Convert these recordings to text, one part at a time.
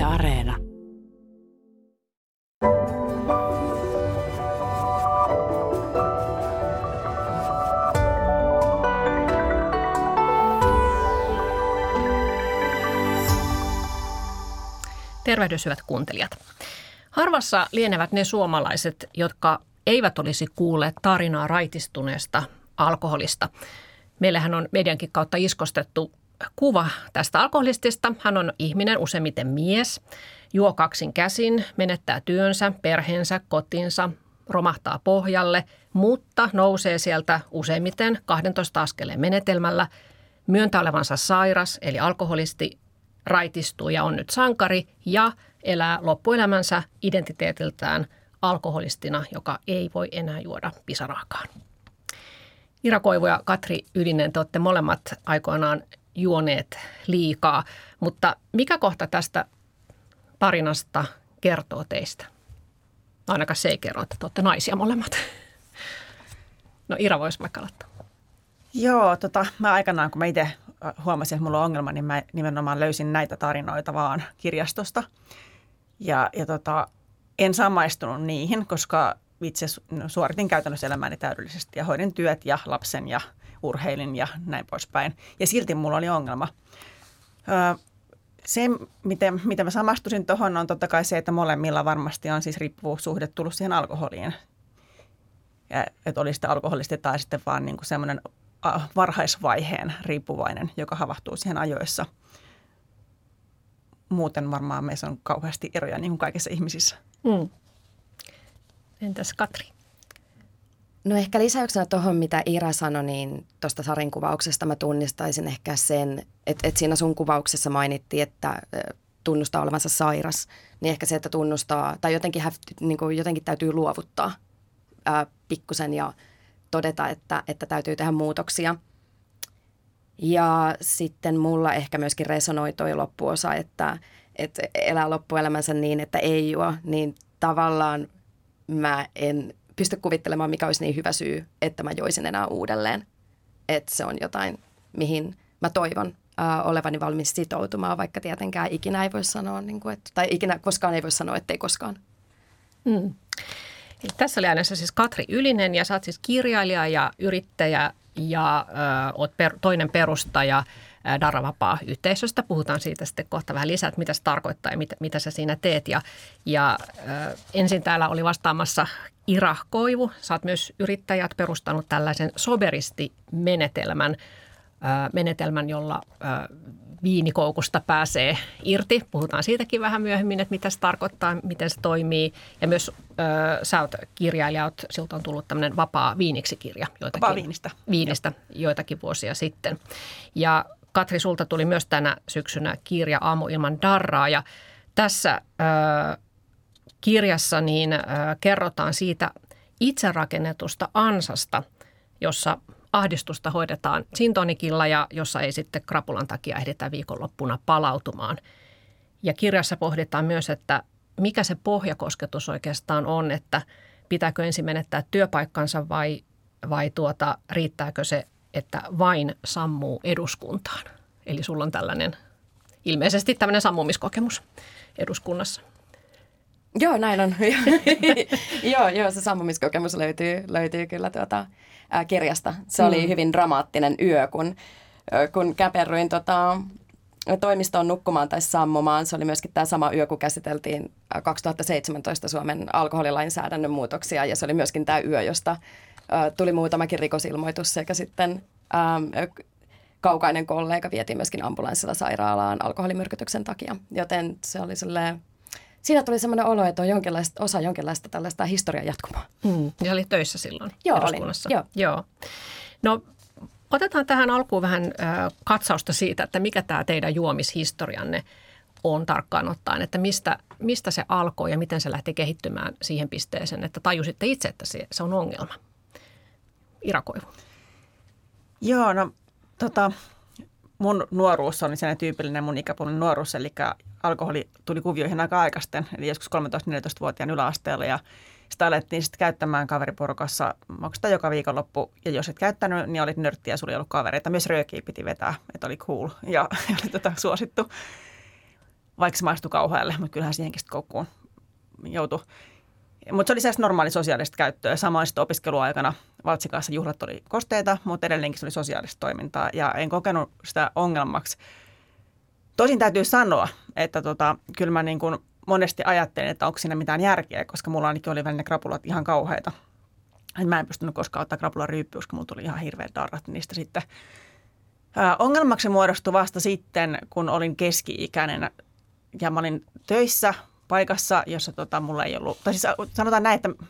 Areena. Tervehdys, hyvät kuuntelijat. Harvassa lienevät ne suomalaiset, jotka eivät olisi kuulleet tarinaa raitistuneesta alkoholista. Meillähän on mediankin kautta iskostettu kuva tästä alkoholistista. Hän on ihminen, useimmiten mies, juo kaksin käsin, menettää työnsä, perheensä, kotinsa, romahtaa pohjalle, mutta nousee sieltä useimmiten 12 askeleen menetelmällä, myöntää olevansa sairas eli alkoholisti, raitistuu ja on nyt sankari ja elää loppuelämänsä identiteetiltään alkoholistina, joka ei voi enää juoda pisaraakaan. Ira Koivu ja Katri Ylinen, te olette molemmat aikoinaan juoneet liikaa, mutta mikä kohta tästä tarinasta kertoo teistä? Ainakaan se ei kerro, että te olette naisia molemmat. No Ira voisi vaikka aloittaa. Joo, mä aikanaan, kun mä itse huomasin, että mulla on ongelma, niin mä nimenomaan löysin näitä tarinoita vaan kirjastosta. Ja en samaistunut niihin, koska itse suoritin käytännössä elämääni täydellisesti ja hoidin työt ja lapsen ja urheilin ja näin poispäin. Ja silti mulla oli ongelma. Se, miten mä samastusin tuohon, on totta kai se, että molemmilla varmasti on siis riippuvuussuhde tullut siihen alkoholiin. Ja, että oli sitten alkoholisti tai sitten vaan niin kuin semmoinen varhaisvaiheen riippuvainen, joka havahtuu siihen ajoissa. Muuten varmaan meissä on kauheasti eroja niin kuin kaikissa ihmisissä. Mm. Entäs Katri? No ehkä lisäyksenä tuohon, mitä Ira sanoi, niin tuosta Sarin kuvauksesta mä tunnistaisin ehkä sen, että siinä sun kuvauksessa mainittiin, että tunnustaa olevansa sairas. Niin ehkä se, että tunnustaa tai jotenkin täytyy luovuttaa pikkusen ja todeta, että täytyy tehdä muutoksia. Ja sitten mulla ehkä myöskin resonoi toi loppuosa, että elää loppuelämänsä niin, että ei juo, niin tavallaan mä en pysty kuvittelemaan, mikä olisi niin hyvä syy, että mä joisin enää uudelleen. Että se on jotain, mihin mä toivon olevani valmis sitoutumaan, vaikka tietenkään ikinä ei voi sanoa, tai ikinä koskaan ei voi sanoa, ettei koskaan. Mm. Tässä oli äänessä siis Katri Ylinen ja sä oot siis kirjailija ja yrittäjä ja oot toinen perustaja Darravapaa-yhteisöstä. Puhutaan siitä sitten kohta vähän lisää, että mitä se tarkoittaa ja mitä sä siinä teet. Ja ensin täällä oli vastaamassa Ira Koivu. Sä oot myös yrittäjät perustanut tällaisen soberisti-menetelmän, jolla viinikoukusta pääsee irti. Puhutaan siitäkin vähän myöhemmin, että mitä se tarkoittaa, miten se toimii. Ja myös sä oot kirjailija, siltä on tullut tämmöinen vapaa viiniksi-kirja. Viinistä joitakin vuosia sitten. Ja Katri, sulta tuli myös tänä syksynä kirja Aamu ilman darraa. Ja tässä kirjassa niin kerrotaan siitä itse rakennetusta ansasta, jossa ahdistusta hoidetaan gin-tonicilla ja jossa ei sitten krapulan takia ehditä viikonloppuna palautumaan. Ja kirjassa pohditaan myös, että mikä se pohjakosketus oikeastaan on, että pitääkö ensin menettää työpaikkansa vai riittääkö se, että vain sammuu eduskuntaan. Eli sulla on ilmeisesti tämmöinen sammumiskokemus eduskunnassa. Joo, näin on. Joo, se sammumiskokemus löytyy kyllä kirjasta. Se oli hyvin dramaattinen yö, kun käperryin toimistoon nukkumaan tai sammumaan. Se oli myöskin tämä sama yö, kun käsiteltiin 2017 Suomen alkoholilainsäädännön muutoksia. Ja se oli myöskin tämä yö, josta tuli muutamakin rikosilmoitus sekä sitten kaukainen kollega vietiin myöskin ambulanssilla sairaalaan alkoholimyrkytyksen takia. Joten se oli siinä tuli semmoinen olo, että on jonkinlaista tällaista historian jatkumaa. Ja oli töissä silloin eduskunnassa. Joo. No otetaan tähän alkuun vähän katsausta siitä, että mikä tämä teidän juomishistorianne on tarkkaan ottaen, että mistä se alkoi ja miten se lähti kehittymään siihen pisteeseen, että tajusitte itse, että se on ongelma. Ira Koivu. Joo, no mun nuoruus on sellainen tyypillinen mun ikäpuolinen nuoruus, eli alkoholi tuli kuvioihin aika aikaisten, eli joskus 13-14-vuotiaan yläasteella ja sitä alettiin sitten käyttämään kaveriporukassa oikeastaan joka viikonloppu. Ja jos et käyttänyt, niin olit nörtti ja sulla ei ollut kavereita. Myös röökiä piti vetää, että oli cool ja oli suosittu. vaikka se maistui kauhealle, mutta kyllähän siihenkin sitten koukkuun joutui. Mutta se oli sellaista normaali sosiaalista käyttöä. Samoin sitten opiskeluaikana Valtsikassa juhlat oli kosteita, mutta edelleenkin se oli sosiaalista toimintaa ja en kokenut sitä ongelmaksi. Tosin täytyy sanoa, että kyllä mä niin kuin monesti ajattelin, että onko siinä mitään järkeä, koska mulla ainakin oli välillä ne krapulat ihan kauheita. Mä en pystynyt koskaan ottaa krapulan ryyppyä, koska mulla tuli ihan hirveät darrat niistä sitten. Ongelmaksi muodostui vasta sitten, kun olin keski-ikäinen ja mä olin töissä paikassa, jossa mulla ei ollut, tai siis sanotaan näin, että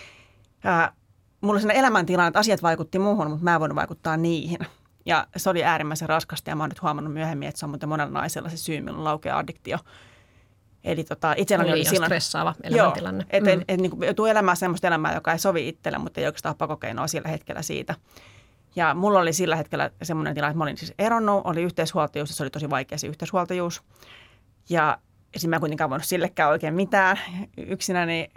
mulla oli sellainen elämäntilanne, että asiat vaikutti muuhun, mutta mä en voinut vaikuttaa niihin. Ja se oli äärimmäisen raskasta ja mä oon nyt huomannut myöhemmin, että se on muuten monella naisella se syy, milloin laukeaa addiktio. Eli itselläni oli silloin stressaava elämäntilanne. Joo, että niin joutuu elämään sellaista elämää, joka ei sovi itselle, mutta ei oikeastaan ole pakokeinoa sillä hetkellä siitä. Ja mulla oli sillä hetkellä semmoinen tilanne, että mä olin siis eronnut, oli yhteishuoltajuus ja se oli tosi vaikea se yhteishuoltajuus. Ja sitten mä en kuitenkaan voinut sillekään oikein mitään yksinäni.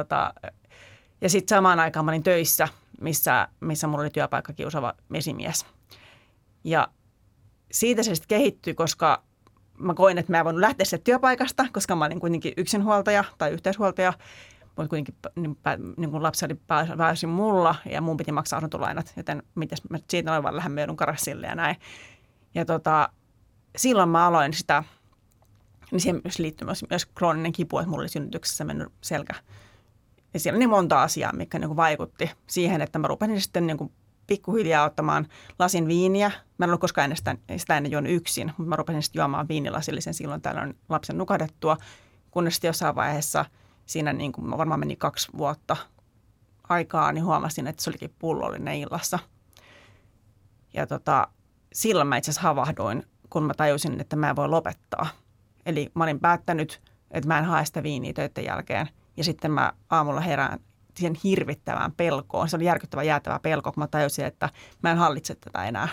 Ja sitten samaan aikaan mä olin töissä, missä mulla oli työpaikka kiusaava esimies. Ja siitä se sitten kehittyi, koska mä koin, että mä en voinut lähteä sieltä työpaikasta, koska mä olin kuitenkin yksinhuoltaja tai yhteishuoltaja. Mutta kuitenkin niin kun lapsi oli pääsi mulla ja mun piti maksaa asuntolainat, joten mitäs mä siitä noin vaan lähden joudun karassille ja näin. Ja silloin mä aloin sitä, niin siihen liittyy myös krooninen kipu, että mulla oli synnytyksessä mennyt selkä. Ja siellä on niin monta asiaa, mikä niin vaikutti siihen, että mä rupesin sitten niin pikkuhiljaa ottamaan lasin viiniä. Mä en ollut koskaan sitä ennen juonut yksin, mutta mä rupesin sitten juomaan viinilasillisen silloin tällöin lapsen nukahdettua, kunnes sitten jossain vaiheessa siinä niin kuin varmaan meni 2 vuotta aikaa, niin huomasin, että se olikin pullollinen illassa. Ja silloin mä itse asiassa havahduin, kun mä tajusin, että mä en voi lopettaa. Eli mä olin päättänyt, että mä en hae sitä viiniä töiden jälkeen. Ja sitten mä aamulla herään siihen hirvittävään pelkoon. Se oli järkyttävä jäätävä pelko, kun mä tajusin, että mä en hallitse tätä enää.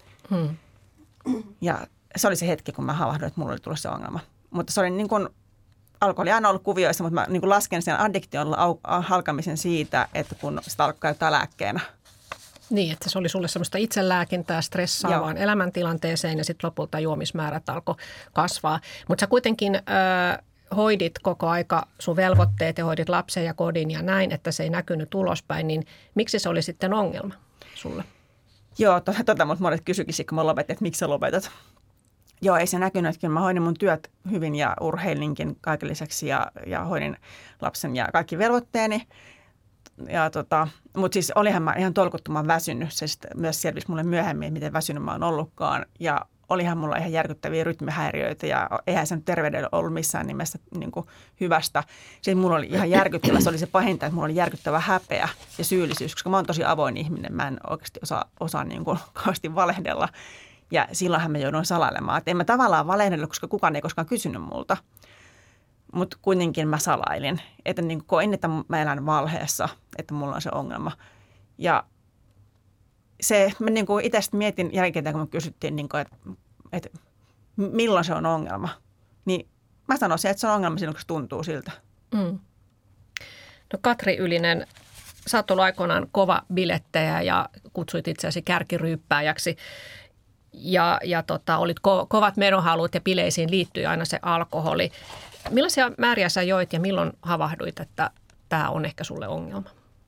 Ja se oli se hetki, kun mä havahduin, että mulla oli tullut se ongelma. Mutta se oli niin kuin, alkoholi aina ollut kuvioissa, mutta mä niin kuin lasken sen addiktion halkamisen siitä, että kun sitä alkoi käyttää lääkkeenä. Niin, että se oli sulle semmoista itselääkintää stressaavaan elämäntilanteeseen ja sitten lopulta juomismäärät alkoi kasvaa. Mutta sä kuitenkin hoidit koko aika sun velvoitteet ja hoidit lapsen ja kodin ja näin, että se ei näkynyt ulospäin, niin miksi se oli sitten ongelma sulle? Joo, mutta monet kysyikin, kun mä lopetin, että miksi sä lopetat. Joo, ei se näkynyt, että kyllä mä hoidin mun työt hyvin ja urheilinkin kaiken lisäksi ja hoidin lapsen ja kaikki velvoitteeni. Mutta siis olihan mä ihan tolkuttoman väsynyt. Se myös selvisi mulle myöhemmin, miten väsynyt mä oon ollutkaan. Ja olihan mulla ihan järkyttäviä rytmihäiriöitä ja eihän sen terveydellä ollut missään nimessä niin kuin hyvästä. Sitten mulla oli ihan järkyttävä, se oli se pahinta, että mulla oli järkyttävä häpeä ja syyllisyys, koska mä oon tosi avoin ihminen. Mä en oikeasti osaa niin kuin kauheasti valehdella. Ja silloinhan mä joudun salailemaan. Että en mä tavallaan valehdella, koska kukaan ei koskaan kysynyt multa. Mutta kuitenkin mä salailin. Että niin koin, että mä elän valheessa, että mulla on se ongelma. Ja se, mä niin itse mietin jälkeen, kun me kysyttiin, niin kuin, että milloin se on ongelma. Niin mä sanoisin, että se on ongelma silloin, kun se tuntuu siltä. No Katri Ylinen, sä oot ollut aikoinaan kova bilettäjä ja kutsuit itseäsi kärkiryyppääjäksi. Ja olit kovat menohalut ja bileisiin liittyi aina se alkoholi. Millaisia määriä sä joit ja milloin havahduit, että tämä on ehkä sulle ongelma?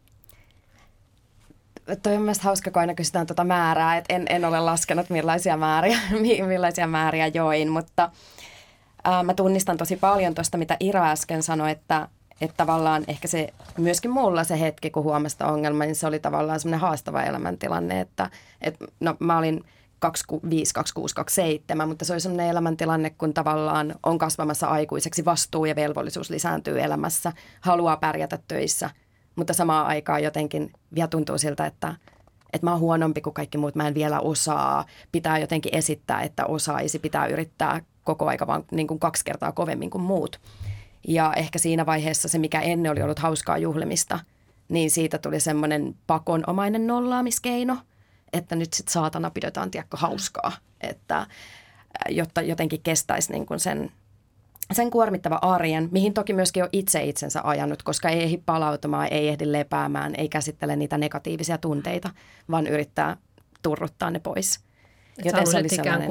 Toi on mielestäni hauska, kun aina kysytään tuota määrää, että en ole laskenut millaisia määriä join, mutta mä tunnistan tosi paljon tuosta, mitä Ira äsken sanoi, että tavallaan ehkä se myöskin mulla se hetki, kun huomasi ongelma, niin se oli tavallaan semmoinen haastava elämäntilanne, että no mä olin 25, 26, 27, mutta se oli sellainen elämäntilanne, kun tavallaan on kasvamassa aikuiseksi, vastuu ja velvollisuus lisääntyy elämässä, haluaa pärjätä töissä, mutta samaan aikaan jotenkin vielä tuntuu siltä, että mä oon huonompi kuin kaikki muut, mä en vielä osaa, pitää jotenkin esittää, että osaisi, pitää yrittää koko aika vaan niin kuin 2 kertaa kovemmin kuin muut. Ja ehkä siinä vaiheessa se, mikä ennen oli ollut hauskaa juhlimista, niin siitä tuli semmoinen pakonomainen nollaamiskeino, että nyt sitten saatana pidetään hauskaa, että jotta jotenkin kestäisi niin kuin sen kuormittava arjen, mihin toki myöskin on itse itsensä ajanut, koska ei ehdi palautumaan, ei ehdi lepäämään, ei käsittele niitä negatiivisia tunteita, vaan yrittää turruttaa ne pois. Joten se oli ikään kuin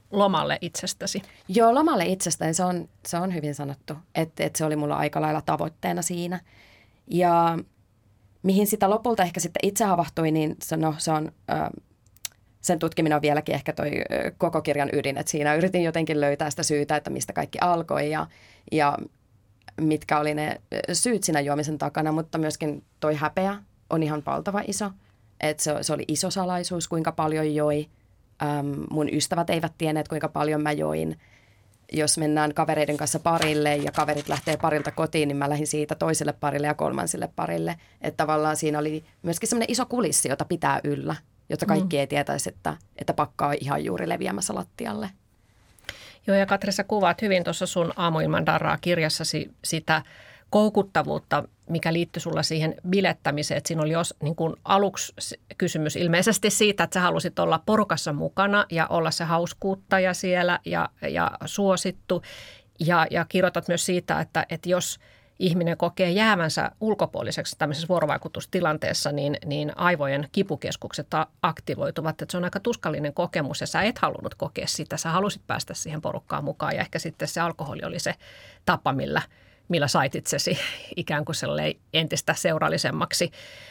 lomalle itsestäsi? Joo, lomalle itsestäni se on hyvin sanottu, että se oli mulla aika lailla tavoitteena siinä. Ja mihin sitä lopulta ehkä sitten itse havahtui, niin se on, sen tutkiminen on vieläkin ehkä toi koko kirjan ydin, että siinä yritin jotenkin löytää sitä syytä, että mistä kaikki alkoi ja mitkä oli ne syyt siinä juomisen takana, mutta myöskin toi häpeä on ihan valtava iso, että se oli iso salaisuus, kuinka paljon joi. Mun ystävät eivät tienneet, kuinka paljon mä join. Jos mennään kavereiden kanssa parille ja kaverit lähtee parilta kotiin, niin mä lähdin siitä toiselle parille ja kolmansille parille. Että tavallaan siinä oli myöskin semmoinen iso kulissi, jota pitää yllä, jotta kaikki ei tietäisi, että pakka on ihan juuri leviämässä lattialle. Joo, ja Katri, sä kuvaat hyvin tuossa sun Aamuilman darraa -kirjassasi sitä koukuttavuutta, mikä liittyi sulla siihen bilettämiseen. Että siinä oli niin kuin aluksi kysymys ilmeisesti siitä, että sä halusit olla porukassa mukana ja olla se hauskuuttaja siellä ja suosittu. Ja kirjoitat myös siitä, että jos ihminen kokee jäävänsä ulkopuoliseksi tämmöisessä vuorovaikutustilanteessa, niin aivojen kipukeskukset aktivoituvat. Että se on aika tuskallinen kokemus ja sä et halunnut kokea sitä. Sä halusit päästä siihen porukkaan mukaan ja ehkä sitten se alkoholi oli se tapa, millä sait itsesi ikään kuin entistä seurallisemmaksi.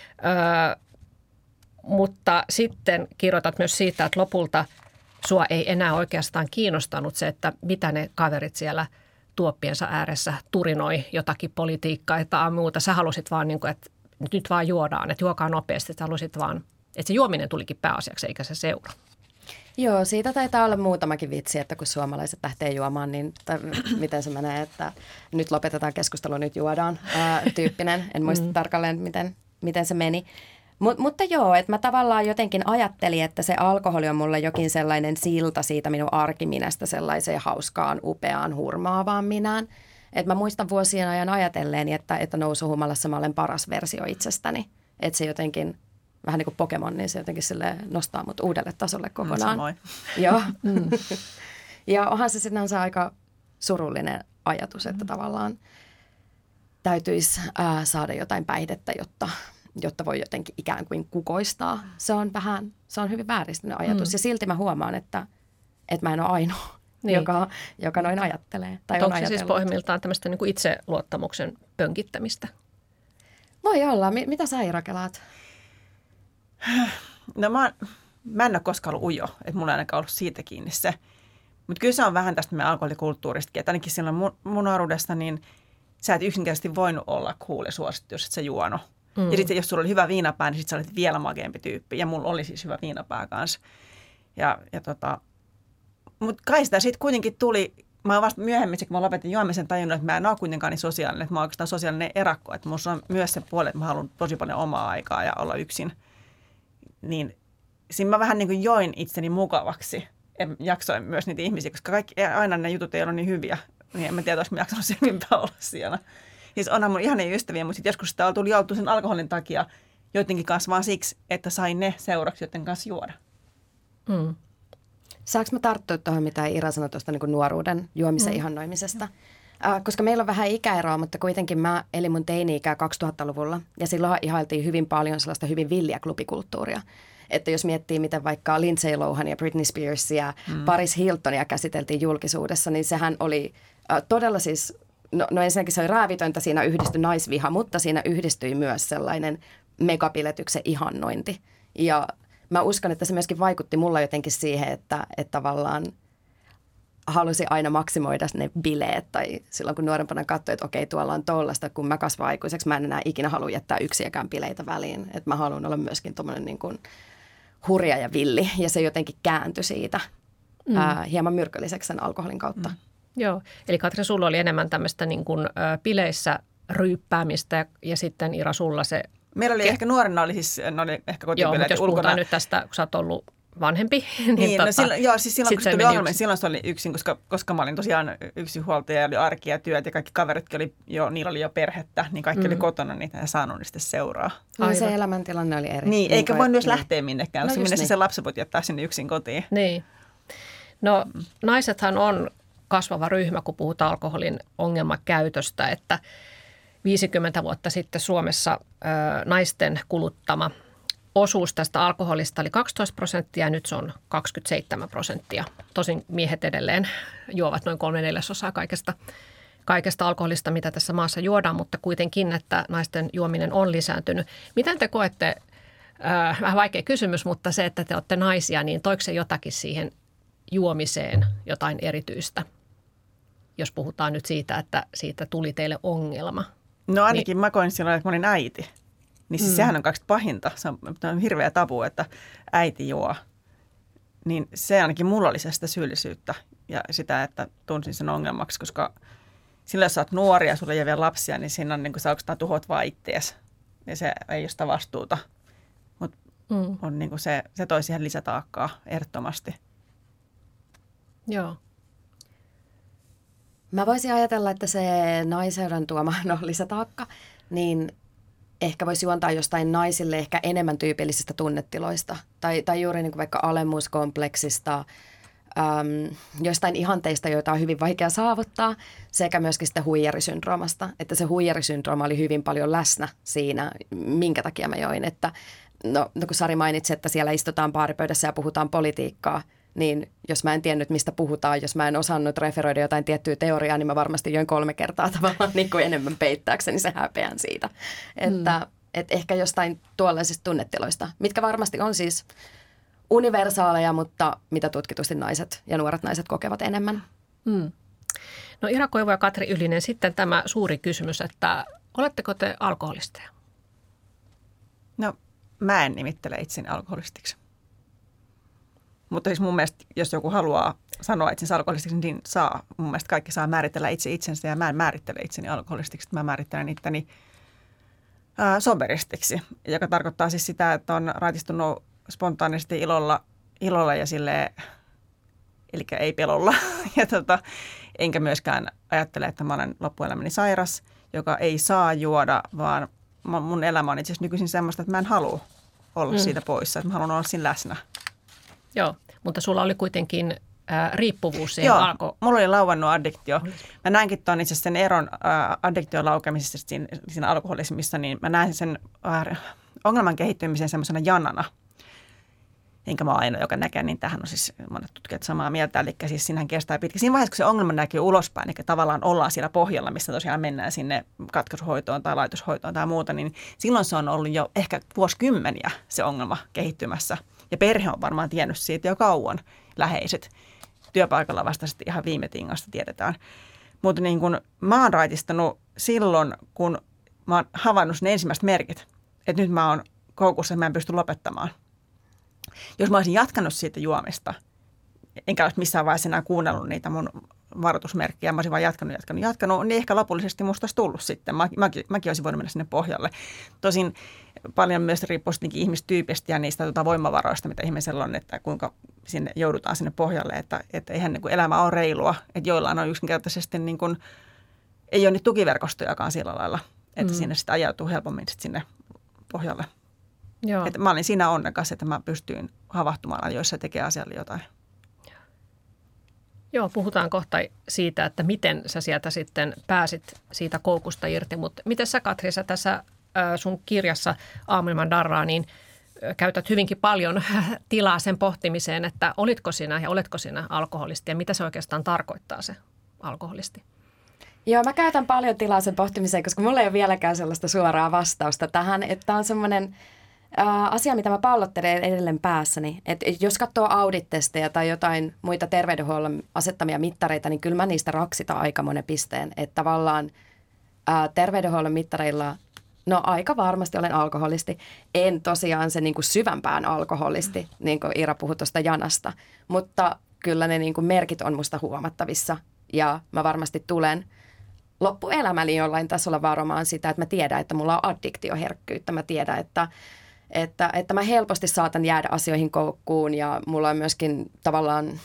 Mutta sitten kirjoitat myös siitä, että lopulta sua ei enää oikeastaan kiinnostanut se, että mitä ne kaverit siellä tuoppiensa ääressä turinoi jotakin politiikkaa tai muuta. Sä halusit vaan, niin kuin, että nyt vaan juodaan, että juokaa nopeasti. Sä halusit vaan, että se juominen tulikin pääasiaksi eikä se seura. Joo, siitä taitaa olla muutamakin vitsi, että kun suomalaiset lähtee juomaan, niin miten se menee, että nyt lopetetaan keskustelu, nyt juodaan tyyppinen. En muista tarkalleen, miten se meni. Mutta joo, että mä tavallaan jotenkin ajattelin, että se alkoholi on mulle jokin sellainen silta siitä minun arkiminästä sellaiseen hauskaan, upeaan, hurmaavaan minään. Että mä muistan vuosien ajan ajatelleeni, että nousuhumalassa mä olen paras versio itsestäni. Että se jotenkin, vähän niin kuin Pokemon, niin se jotenkin nostaa mut uudelle tasolle kokonaan. Samoin. Joo. Ja onhan se sinänsä aika surullinen ajatus, että tavallaan täytyisi saada jotain päihdettä, jotta voi jotenkin ikään kuin kukoistaa. Se on hyvin vääristynyt ajatus. Ja silti mä huomaan, että mä en ole ainoa, joka noin ajattelee. Tai onko se siis pohjimmiltaan tämmöistä niin kuin itseluottamuksen pönkittämistä? Voi olla. Mitä sä, Iira, kelaat? No mä en ole koskaan ollut ujo, että mulla ei ainakaan ollut siitä kiinni se. Mutta kyllä se on vähän tästä meidän alkoholikulttuuristakin, että ainakin silloin mun nuoruudesta, niin sä et yksinkertaisesti voinut olla cool ja suosittu, jos et sä juonut. Ja sitten jos sulla oli hyvä viinapää, niin sitten sä olit vielä makeampi tyyppi. Ja mulla oli siis hyvä viinapää kanssa. Mutta kai sitä sitten kuitenkin tuli, mä oon vasta myöhemmin, kun mä lopetin juomisen, tajunnut, että mä en ole kuitenkaan niin sosiaalinen, että mä oon oikeastaan sosiaalinen erakko. Että musta on myös se puoli, että mä haluan tosi paljon omaa aikaa ja olla yksin. Niin siinä mä vähän niin kuin join itseni mukavaksi. Ja jaksoin myös niitä ihmisiä, koska aina ne jutut ei ole niin hyviä. Niin en mä tiedä, olisi mä jaksanut selvinpäin olla siellä. Siis onhan mun ihania ystäviä, mutta sitten joskus sitä tuli joutua sen alkoholin takia joidenkin kanssa vaan siksi, että sain ne seuraksi, joiden kanssa juoda. Saanko mä tarttua tuohon, mitä Iira sanoi tuosta niin kuin nuoruuden juomisen ihannoimisesta? Koska meillä on vähän ikäeroa, mutta kuitenkin mä elin mun teini-ikää 2000-luvulla. Ja silloin ihailtiin hyvin paljon sellaista hyvin villiä klubikulttuuria. Että jos miettii, miten vaikka Lindsay Lohan ja Britney Spears ja Paris Hiltonia käsiteltiin julkisuudessa, niin sehän oli todella siis, no ensinnäkin se oli räävitöntä, siinä yhdistyi naisviha, mutta siinä yhdistyi myös sellainen megapiletyksen ihannointi. Ja mä uskon, että se myöskin vaikutti mulla jotenkin siihen, että tavallaan halusi aina maksimoida ne bileet. Tai silloin kun nuorempana katsoi, että okei, tuolla on tollasta, kun mä kasvan aikuiseksi, mä en enää ikinä halua jättää yksiäkään bileitä väliin. Että mä haluan olla myöskin tommoinen niin kuin hurja ja villi. Ja se jotenkin kääntyi siitä hieman myrkylliseksi sen alkoholin kautta. Joo, eli Katri, sulla oli enemmän tämmöistä niin kuin bileissä ryyppäämistä ja sitten Iira, sulla se... Meillä oli ehkä nuorena, oli ehkä kotibileet ulkona. Joo, mutta jos puhutaan nyt tästä, kun sä oot ollut vanhempi. Niin, no silloin kun se tuli ongelma, silloin se oli yksin, koska mä olin tosiaan yksinhuoltaja ja oli arki ja työt ja kaikki kaveritkin niillä oli jo perhettä, niin kaikki oli kotona, niitä ei saanut niistä seuraa. No se elämäntilanne oli eri. Niin, eikä voi myös lähteä minnekään, koska minne se lapsi voit jättää sinne yksin kotiin. Niin. No naisethan on kasvava ryhmä, kun puhutaan alkoholin ongelmakäytöstä, että 50 vuotta sitten Suomessa naisten kuluttama osuus tästä alkoholista oli 12% ja nyt se on 27%. Tosin miehet edelleen juovat noin 3/4 kaikesta alkoholista, mitä tässä maassa juodaan, mutta kuitenkin, että naisten juominen on lisääntynyt. Miten te koette, vähän vaikea kysymys, mutta se, että te olette naisia, niin toiko se jotakin siihen juomiseen jotain erityistä? Jos puhutaan nyt siitä, että siitä tuli teille ongelma. No ainakin mä koin silloin, että mä olin äiti. Niin siis sehän on kaikista pahinta. Se on hirveä tabu, että äiti juo. Niin se ainakin mulla oli sitä syyllisyyttä ja sitä, että tunsin sen ongelmaksi, koska silloin jos sä oot nuoria ja sulla ei ole vielä lapsia, niin siinä on niin kuin sä oikeastaan tuhot vaan ittees. Ja se ei ole sitä vastuuta. Mutta on niin kuin se toi siihen lisätaakkaa ehdottomasti. Joo. Mä voisin ajatella, että se naiseuran tuoma lisätaakka, niin ehkä voisi juontaa jostain naisille ehkä enemmän tyypillisistä tunnetiloista. Tai juuri niin kuin vaikka alemmuuskompleksista, jostain ihanteista, joita on hyvin vaikea saavuttaa, sekä myöskin sitä huijarisyndroomasta. Että se huijarisyndrooma oli hyvin paljon läsnä siinä, minkä takia mä join. Että, no kun Sari mainitsi, että siellä istutaan baaripöydässä ja puhutaan politiikkaa, niin jos mä en tiennyt, mistä puhutaan, jos mä en osannut referoida jotain tiettyä teoriaa, niin mä varmasti join 3 kertaa tavallaan niin kuin enemmän peittääkseni se häpeän siitä. Että ehkä jostain tuollaisista tunnetiloista, mitkä varmasti on siis universaaleja, mutta mitä tutkitusti naiset ja nuoret naiset kokevat enemmän. No Ira Koivu ja Katri Ylinen, sitten tämä suuri kysymys, että oletteko te alkoholisteja? No mä en nimittele itseni alkoholistiksi. Mutta siis mun mielestä, jos joku haluaa sanoa itsensä alkoholistiksi, niin saa. Mun mielestä kaikki saa määritellä itse itsensä ja mä en määrittele itseni alkoholistiksi. Mä määrittelen itteni soberistiksi, joka tarkoittaa siis sitä, että on raitistunut spontaanisti ilolla ja silleen, eli ei pelolla. Ja enkä myöskään ajattele, että mä olen loppuelämäni sairas, joka ei saa juoda, vaan mun elämä on itse asiassa nykyisin semmoista, että mä en halua olla siitä poissa, että mä haluan olla siinä läsnä. Joo, mutta sulla oli kuitenkin riippuvuus siihen mulla oli lauennut addiktio. Mä näinkin tuon itse asiassa sen eron addiktion laukemisesta siinä alkoholismissa, niin mä näen sen ongelman kehittymisen semmoisena janana. Enkä mä ole ainoa, joka näkee, niin tähän on siis monet tutkijat samaa mieltä. Eli siis siinähän kestää pitkä. Siinä vaiheessa, kun se ongelma näkyy ulospäin, eli tavallaan ollaan siellä pohjalla, missä tosiaan mennään sinne katkaisuhoitoon tai laitoshoitoon tai muuta, niin silloin se on ollut jo ehkä vuosikymmeniä se ongelma kehittymässä. Ja perhe on varmaan tiennyt siitä jo kauan, läheiset. Työpaikalla vasta sitten ihan viime tingasta tiedetään. Mutta niin kun mä oon raitistanut silloin, kun mä oon havainnut ne ensimmäiset merkit, että nyt mä oon koukussa, että mä en pysty lopettamaan. Jos mä olisin jatkanut siitä juomista, enkä olisi missään vaiheessa enää kuunnellut niitä mun varoitusmerkkiä, mä olisin vaan jatkanut, niin ehkä lopullisesti musta olisi tullut sitten. Mäkin olisin voinut mennä sinne pohjalle. Tosin paljon myös riippuu ihmistyypistä ja niistä voimavaroista, mitä ihmisellä on, että kuinka sinne joudutaan sinne pohjalle, että eihän niin kuin elämä ole reilua, että joillain on yksinkertaisesti niin kuin, ei ole niitä tukiverkostojakaan sillä lailla, että sinne sitten ajautuu helpommin sitten sinne pohjalle. Joo. Että mä olin siinä onnekas, että mä pystyin havahtumaan ajoissa ja tekemään asialle jotain. Joo, puhutaan kohta siitä, että miten sä sieltä sitten pääsit siitä koukusta irti, mutta miten sä Katri, sä tässä sun kirjassa Aamu ilman darraa, niin käytät hyvinkin paljon tilaa sen pohtimiseen, että olitko sinä ja oletko sinä alkoholisti ja mitä se oikeastaan tarkoittaa se alkoholisti? Joo, mä käytän paljon tilaa sen pohtimiseen, koska mulla ei ole vieläkään sellaista suoraa vastausta tähän, että on semmoinen asia, mitä mä pallottelen edelleen päässäni. Että jos katsoo audit-testejä tai jotain muita terveydenhuollon asettamia mittareita, niin kyllä mä niistä raksitaan aika monen pisteen. Että tavallaan terveydenhuollon mittareilla, no aika varmasti olen alkoholisti. En tosiaan se niin kuin syvämpään alkoholisti, niin kuin Ira puhui tuosta janasta. Mutta kyllä ne niin kuin merkit on musta huomattavissa ja mä varmasti tulen loppuelämäni jollain tasolla varomaan sitä, että mä tiedän, että mulla on addiktioherkkyyttä. Mä tiedän, että mä helposti saatan jäädä asioihin koukkuun ja mulla on myöskin tavallaan,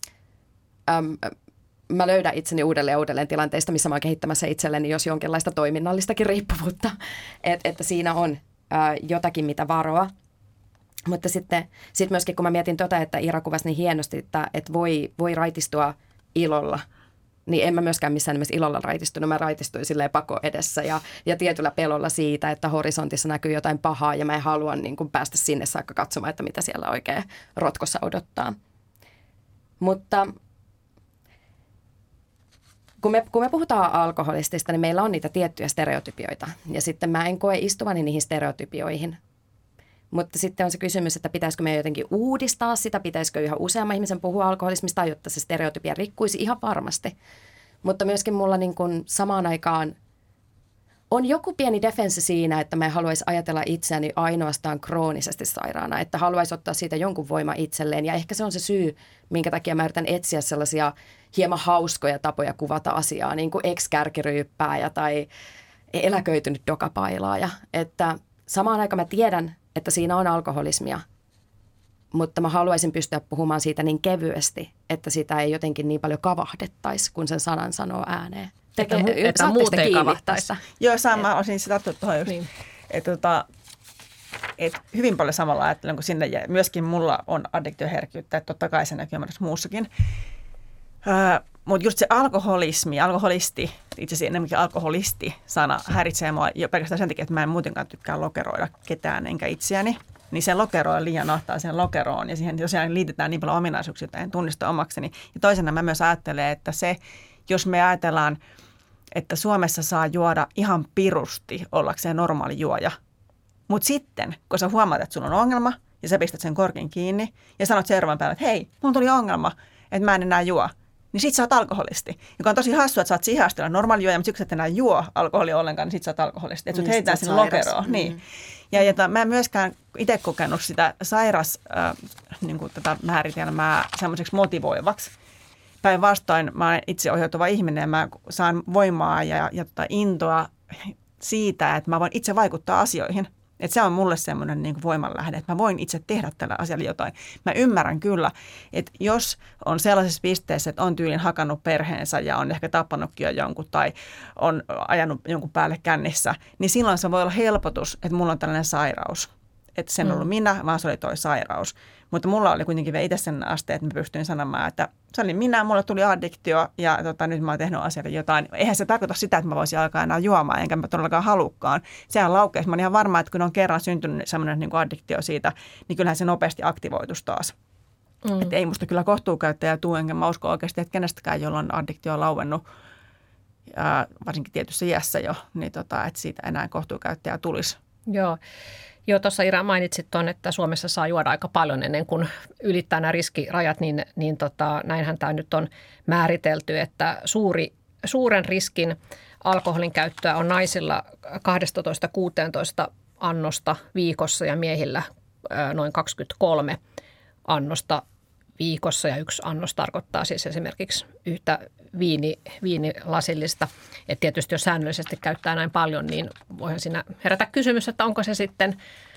mä löydän itseni uudelleen tilanteista, missä mä oon kehittämässä itselleni jos jonkinlaista toiminnallistakin riippuvuutta, että siinä on jotakin, mitä varoa. Mutta sitten myöskin, kun mä mietin että Ira kuvasi niin hienosti, että voi raitistua ilolla, niin en mä myöskään missään nimessä ilolla raitistunut. Mä raitistuin silleen pako edessä ja tietyllä pelolla siitä, että horisontissa näkyy jotain pahaa ja mä en halua niin kuin päästä sinne saakka katsomaan, että mitä siellä oikein rotkossa odottaa. Mutta kun me puhutaan alkoholistista, niin meillä on niitä tiettyjä stereotypioita. Ja sitten mä en koe istuvani niihin stereotypioihin. Mutta sitten on se kysymys, että pitäisikö me jotenkin uudistaa sitä, pitäisikö yhä useamman ihmisen puhua alkoholismista, jotta se stereotypia rikkuisi ihan varmasti. Mutta myöskin mulla niin kuin samaan aikaan on joku pieni defense siinä, että mä en haluaisi ajatella itseäni ainoastaan kroonisesti sairaana, että haluaisi ottaa siitä jonkun voima itselleen. Ja ehkä se on se syy, minkä takia mä yritän etsiä sellaisia hieman hauskoja tapoja kuvata asiaa, niin kuin ex-kärkiryyppääjä tai eläköitynyt dokapailaaja. Että samaan aikaan mä tiedän, että siinä on alkoholismia, mutta mä haluaisin pystyä puhumaan siitä niin kevyesti, että sitä ei jotenkin niin paljon kavahdettaisi, kun sen sanan sanoo ääneen. Että muut ei kavahtaisi. Joo, sama olisin sitä tuohon just. Niin. Että hyvin paljon samalla ajattelen kuin sinne. Ja myöskin mulla on addiktioherkkyyttä, että totta kai se näkyy monessa muussakin. Mutta just se alkoholisti, itse asiassa enemmänkin alkoholisti-sana häiritsee mua jo pelkästään sen takia, että mä en muutenkaan tykkää lokeroida ketään enkä itseäni. Niin se lokero on liian ahtaa sen lokeroon ja siihen tosiaan liitetään niin paljon ominaisuuksia, että en tunnista omakseni. Ja toisena mä myös ajattelen, että se, jos me ajatellaan, että Suomessa saa juoda ihan pirusti ollakseen normaali juoja. Mutta sitten, kun sä huomaat, että sulla on ongelma ja sä pistät sen korkin kiinni ja sanot seuraavan päivän, että hei, mulla tuli ongelma, että mä en enää juo. Niin sit sä oot alkoholisti. Joka on tosi hassua, että sä oot sihastella normaali juoja, mutta siksi et enää juo alkoholia ollenkaan, niin sit sä oot alkoholisti. Että sut heitetään sinne lokeroon. Niin. Ja mä en myöskään itse kokenut sitä niin kuin tätä määritelmää semmoiseksi motivoivaksi. Päinvastoin mä olen itse ohjautuva ihminen ja mä saan voimaa ja intoa siitä, että mä voin itse vaikuttaa asioihin. Että se on mulle semmoinen niin kuin voimanlähde, että mä voin itse tehdä tällä asialla jotain. Mä ymmärrän kyllä, että jos on sellaisessa pisteessä, että on tyylin hakannut perheensä ja on ehkä tappanutkin jo jonkun tai on ajanut jonkun päälle kännissä, niin silloin se voi olla helpotus, että mulla on tällainen sairaus. Että sen ollut minä, vaan se oli toi sairaus. Mutta mulla oli kuitenkin vielä itse sen asteen, että mä pystyin sanomaan, että se oli minä, mulla tuli addiktio ja nyt mä oon tehnyt asialle jotain. Eihän se tarkoita sitä, että mä voisin alkaa enää juomaan, enkä mä todellakaan halukkaan. Sehän laukeisi. Mä olin ihan varma, että kun on kerran syntynyt semmoinen niin kuin addiktio siitä, niin kyllähän se nopeasti aktivoitus taas. Että ei musta kyllä kohtuukäyttäjä tule, enkä mä usko oikeasti, että kenestäkään, jolla on addiktio lauennut, varsinkin tietyssä iässä jo, niin että siitä enää kohtuukäyttäjää tulisi. Joo, tuossa Ira mainitsit tuon, että Suomessa saa juoda aika paljon ennen kuin ylittää nämä riskirajat, niin näinhän tämä nyt on määritelty, että suuren riskin alkoholin käyttöä on naisilla 12-16 annosta viikossa ja miehillä noin 23 annosta viikossa ja 1 annos tarkoittaa siis esimerkiksi yhtä viinilasillista. Et tietysti jos säännöllisesti käyttää näin paljon, niin voihan siinä herätä kysymys, että onko se sitten,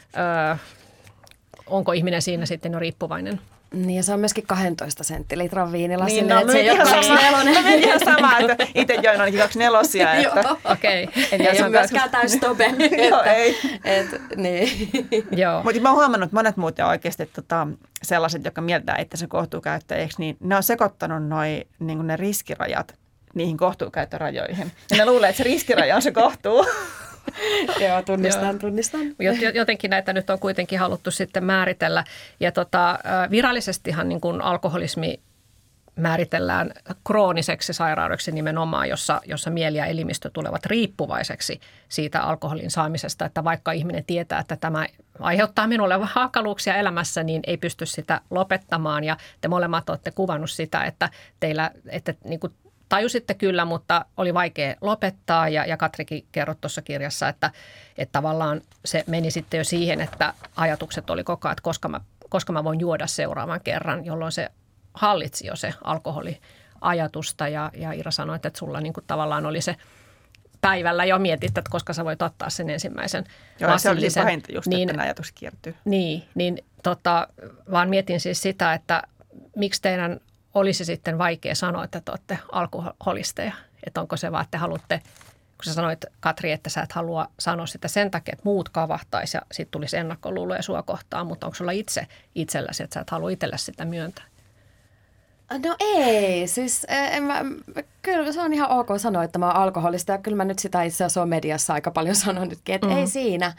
onko ihminen siinä sitten jo riippuvainen. Niin ja se on myöskin 12 senttilitran viinilasille. Niin, no, että se ei ole 24. Ihan sama, että itse join ainakin 24. Joo, okei. Ei ole myöskään täystope. Joo, ei. Niin. Mutta mä oon huomannut, että monet muut oikeasti sellaiset, jotka mieltää itsensä kohtuukäyttäjiksi, niin ne on sekoittanut niin ne riskirajat niihin kohtuukäyttörajoihin. Ja ne luulee, että se riskiraja on se kohtuu. Joo, tunnistan. Jotenkin näitä nyt on kuitenkin haluttu sitten määritellä. Ja virallisestihan niin kuin alkoholismi määritellään krooniseksi sairaudeksi nimenomaan, jossa mieli ja elimistö tulevat riippuvaiseksi siitä alkoholin saamisesta. Että vaikka ihminen tietää, että tämä aiheuttaa minulle hankaluuksia elämässä, niin ei pysty sitä lopettamaan. Ja te molemmat olette kuvannut sitä, että teillä, että niin kuin tajusitte kyllä, mutta oli vaikea lopettaa ja Katrikin kerrot tuossa kirjassa, että tavallaan se meni sitten jo siihen, että ajatukset oli koko ajan, että koska mä voin juoda seuraavan kerran, jolloin se hallitsi jo se alkoholiajatusta ja Ira sanoi, että sulla niin kuin tavallaan oli se päivällä jo mietit, että koska sä voit ottaa sen ensimmäisen lasillisen. Se oli pahinta just, että nämä ajatukset kiertyy. Niin vaan mietin siis sitä, että miksi teidän olisi sitten vaikea sanoa, että te olette alkoholisteja. Että onko se vaan, että te haluatte, kun sä sanoit Katri, että sä et halua sanoa sitä sen takia, että muut kavahtaisi ja sitten tulisi ennakkoluuloja sua kohtaan, mutta onko sulla itselläsi, että sä et halua itsellesi sitä myöntää? No ei, siis kyllä se on ihan ok sanoa, että mä oon alkoholista ja kyllä mä nyt sitä itse asiassa oon mediassa aika paljon sanonutkin, että ei siinä.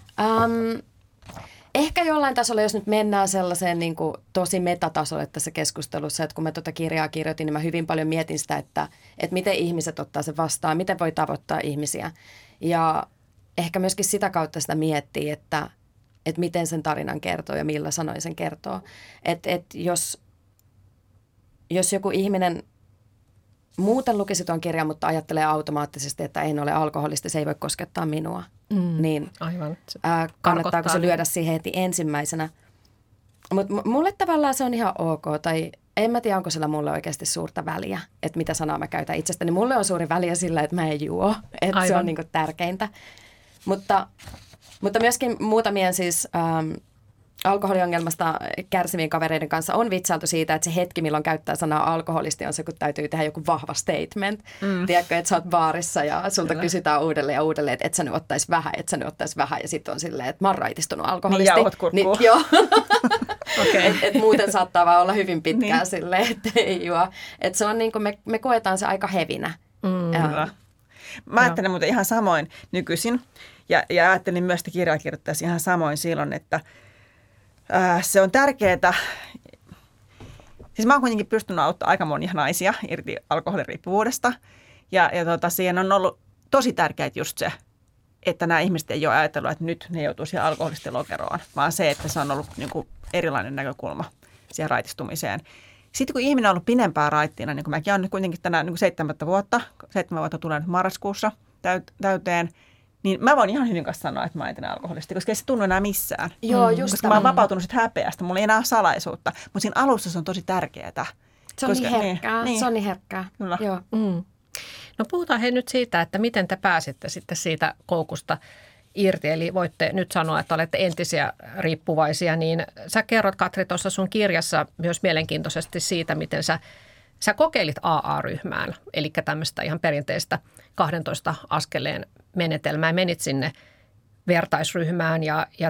Ehkä jollain tasolla, jos nyt mennään sellaiseen niin kuin tosi metatasolle tässä keskustelussa, että kun mä tuota kirjaa kirjoitin, niin mä hyvin paljon mietin sitä, että miten ihmiset ottaa sen vastaan, miten voi tavoittaa ihmisiä. Ja ehkä myöskin sitä kautta sitä miettii, että miten sen tarinan kertoo ja millä sanoin sen kertoo. Että jos joku ihminen muuten lukisi tuon kirjan, mutta ajattelee automaattisesti, että en ole alkoholisti, se ei voi koskettaa minua, niin aivan. Kannattaako se lyödä siihen heti ensimmäisenä. Mutta mulle tavallaan se on ihan ok, tai en mä tiedä, onko sillä mulle oikeasti suurta väliä, että mitä sanaa mä käytän itsestäni. Mulle on suuri väliä sillä, että mä en juo, että se on niinku tärkeintä. Mutta myöskin muutamien siis alkoholiongelmasta kärsivien kavereiden kanssa on vitsailtu siitä, että se hetki, milloin käyttää sanaa alkoholisti, on se, kun täytyy tehdä joku vahva statement. Tiedätkö, että sä oot baarissa ja sulta kysytään uudelleen ja uudelleen, että et sä nyt ottaisi vähän, ja sitten on silleen, että mä oon raitistunut alkoholisti. Niin jauhot kurkkuun. Joo. Okay. Et muuten saattaa vaan olla hyvin pitkään silleen, että ei juo. Että se on niin kuin me koetaan se aika hevinä. Kyllä. Mä ajattelen muuten ihan samoin nykyisin ja ajattelin myös, että kirjaa kirjoittaisi ihan samoin silloin, että se on tärkeää. Siis mä oon kuitenkin pystynyt auttamaan aika monia naisia irti alkoholiriippuvuudesta ja siihen on ollut tosi tärkeää just se, että nämä ihmiset ei ole ajatellut, että nyt ne joutuu siihen alkoholistilokeroon, vaan se, että se on ollut niin kuin erilainen näkökulma siihen raitistumiseen. Sitten kun ihminen on ollut pidempään raittiina, niin kuin mäkin olen nyt kuitenkin tänään niin 7 vuotta tulee nyt marraskuussa täyteen, niin mä voin ihan hyvin kanssa sanoa, että mä en alkoholisti, koska ei se tunnu enää missään. Joo, just koska mä oon vapautunut sit häpeästä, mulla ei enää ole salaisuutta, mutta siinä alussa se on tosi tärkeää. Se on niin herkkää, se on niin herkkää. Kyllä. Joo. No puhutaan nyt siitä, että miten te pääsitte sitten siitä koukusta irti, eli voitte nyt sanoa, että olette entisiä riippuvaisia, niin sä kerrot, Katri, tuossa sun kirjassa myös mielenkiintoisesti siitä, miten sä kokeilit AA-ryhmään, eli tämmöistä ihan perinteistä 12 askeleen menetelmää, menit sinne vertaisryhmään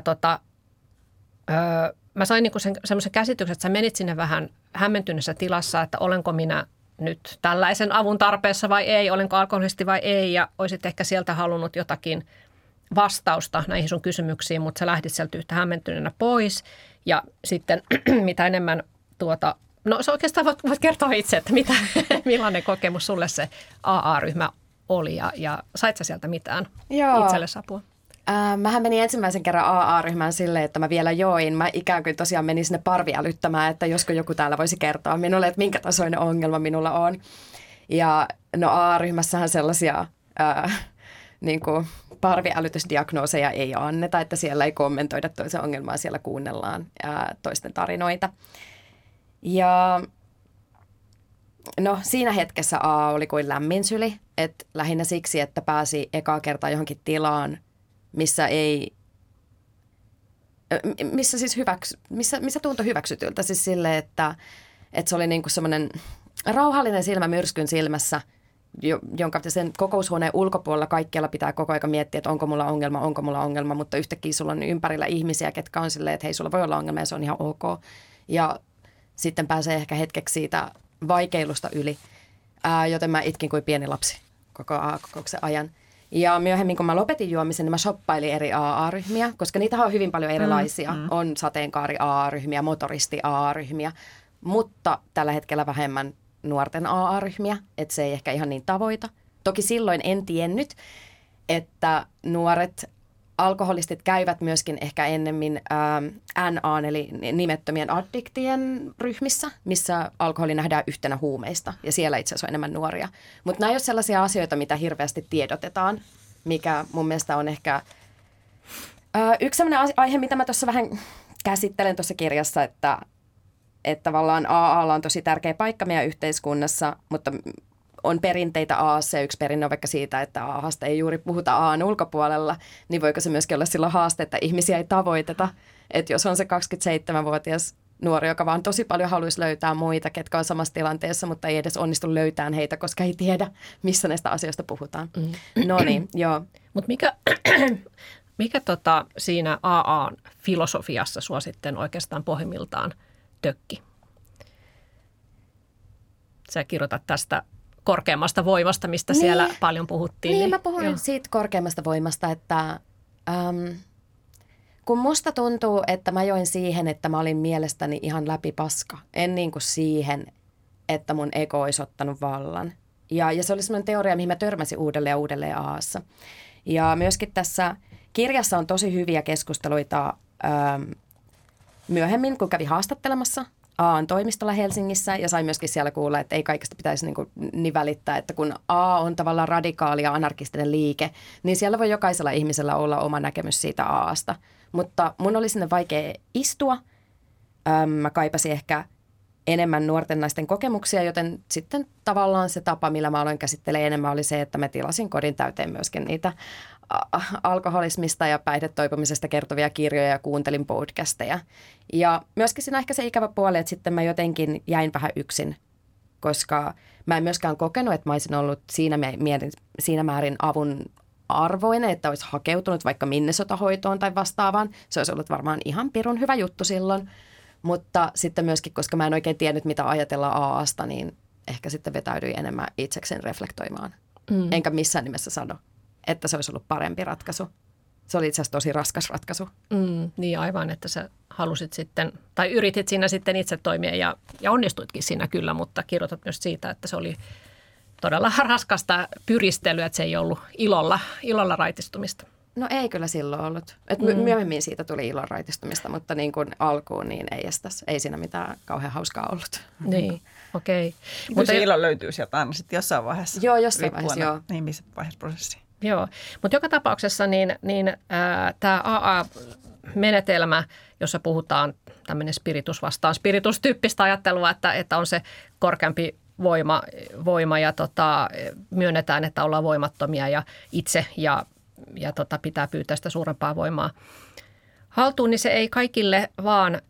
mä sain niinku semmoisen käsityksen, että sä menit sinne vähän hämmentyneessä tilassa, että olenko minä nyt tällaisen avun tarpeessa vai ei, olenko alkoholisti vai ei, ja olisit ehkä sieltä halunnut jotakin vastausta näihin sun kysymyksiin, mutta sä lähdit sieltä yhtä hämmentyneenä pois, ja sitten mitä enemmän no se oikeastaan voit kertoa itse, että millainen kokemus sulle se AA-ryhmä oli, ja sait sä sieltä mitään itsellesi apua? Mähän menin ensimmäisen kerran AA-ryhmään silleen, että mä vielä join. Mä ikään kuin tosiaan menin sinne parviälyttämään, että josko joku täällä voisi kertoa minulle, että minkä tasoinen ongelma minulla on. Ja no AA-ryhmässähän sellaisia niin kuin parviälytysdiagnooseja ei anneta, että siellä ei kommentoida toisen ongelmaa, siellä kuunnellaan toisten tarinoita. Ja no siinä hetkessä AA oli kuin lämmin syli, että lähinnä siksi, että pääsi ekaa kertaa johonkin tilaan, missä tuntui hyväksytyltä. Siis silleen, että se oli niinku semmoinen rauhallinen silmä myrskyn silmässä, jonka sen kokoushuoneen ulkopuolella kaikkialla pitää koko ajan miettiä, että onko mulla ongelma, mutta yhtäkkiä sulla on ympärillä ihmisiä, ketkä on silleen, että hei, sulla voi olla ongelma ja se on ihan ok. Ja sitten pääsee ehkä hetkeksi siitä vaikeilusta yli, joten mä itkin kuin pieni lapsi koko kokouksen ajan. Ja myöhemmin, kun mä lopetin juomisen, niin mä shoppailin eri AA-ryhmiä, koska niitä on hyvin paljon erilaisia. On sateenkaari AA-ryhmiä, motoristi AA-ryhmiä, mutta tällä hetkellä vähemmän nuorten AA-ryhmiä, että se ei ehkä ihan niin tavoita. Toki silloin en tiennyt, että nuoret alkoholistit käyvät myöskin ehkä ennemmin NA, eli nimettömien addiktien ryhmissä, missä alkoholi nähdään yhtenä huumeista, ja siellä itse asiassa on enemmän nuoria. Mutta nämä ei ole sellaisia asioita, mitä hirveästi tiedotetaan, mikä mun mielestä on ehkä yksi sellainen aihe, mitä mä tuossa vähän käsittelen tuossa kirjassa, että tavallaan AA:lla on tosi tärkeä paikka meidän yhteiskunnassa, mutta on perinteitä A:ssa, ja yksi perinne on vaikka siitä, että A:sta ei juuri puhuta A:n ulkopuolella, niin voiko se myöskin olla silloin haaste, että ihmisiä ei tavoiteta. Että jos on se 27-vuotias nuori, joka vaan tosi paljon haluaisi löytää muita, ketkä on samassa tilanteessa, mutta ei edes onnistu löytämään heitä, koska ei tiedä, missä näistä asioista puhutaan. No niin, joo. Mutta mikä siinä AA:n filosofiassa sua sitten oikeastaan pohjimmiltaan tökki? Sä kirjoitat tästä korkeammasta voimasta, mistä siellä paljon puhuttiin. Niin, mä puhuin siitä korkeammasta voimasta, että kun musta tuntuu, että mä join siihen, että mä olin mielestäni ihan läpi paska. En niin kuin siihen, että mun ego olisi ottanut vallan. Ja se oli semmoinen teoria, mihin mä törmäsin uudelleen ja uudelleen Aassa. Ja myöskin tässä kirjassa on tosi hyviä keskusteluita myöhemmin, kun kävi haastattelemassa Aan toimistolla Helsingissä ja sai myöskin siellä kuulla, että ei kaikesta pitäisi niin välittää, että kun A on tavallaan radikaali ja anarkistinen liike, niin siellä voi jokaisella ihmisellä olla oma näkemys siitä Aasta. Mutta mun oli sinne vaikea istua. Mä kaipasin ehkä enemmän nuorten naisten kokemuksia, joten sitten tavallaan se tapa, millä mä aloin käsittelemään enemmän, oli se, että mä tilasin kodin täyteen myöskin niitä alkoholismista ja päihdetoipumisesta kertovia kirjoja ja kuuntelin podcasteja. Ja myöskin siinä ehkä se ikävä puoli, että sitten mä jotenkin jäin vähän yksin, koska mä en myöskään kokenut, että mä olisin ollut siinä määrin avun arvoinen, että olisi hakeutunut vaikka Minnesota-hoitoon tai vastaavaan. Se olisi ollut varmaan ihan pirun hyvä juttu silloin. Mutta sitten myöskin, koska mä en oikein tiennyt, mitä ajatella Aasta, niin ehkä sitten vetäydyin enemmän itsekseen reflektoimaan. Enkä missään nimessä sano, että se olisi ollut parempi ratkaisu. Se oli itse asiassa tosi raskas ratkaisu. Niin aivan, että sä halusit sitten, tai yritit siinä sitten itse toimia ja onnistuitkin siinä kyllä, mutta kirjoitat myös siitä, että se oli todella raskasta pyristelyä, että se ei ollut ilolla raitistumista. No ei kyllä silloin ollut. Myöhemmin siitä tuli ilon raitistumista, mutta niin kuin alkuun niin ei siinä mitään kauhean hauskaa ollut. Niin, okei. Mutta se ilo löytyy sieltä aina sitten jossain vaiheessa. Joo, jossain vaiheessa, joo. Niin, missä vaiheessa prosessi. Joo, mutta joka tapauksessa tämä AA-menetelmä, jossa puhutaan tämmöinen spiritus vastaan spiritus-tyyppistä ajattelua, että on se korkeampi voima ja myönnetään, että ollaan voimattomia ja itse ja pitää pyytää sitä suurempaa voimaa haltuun, niin se ei kaikille vaan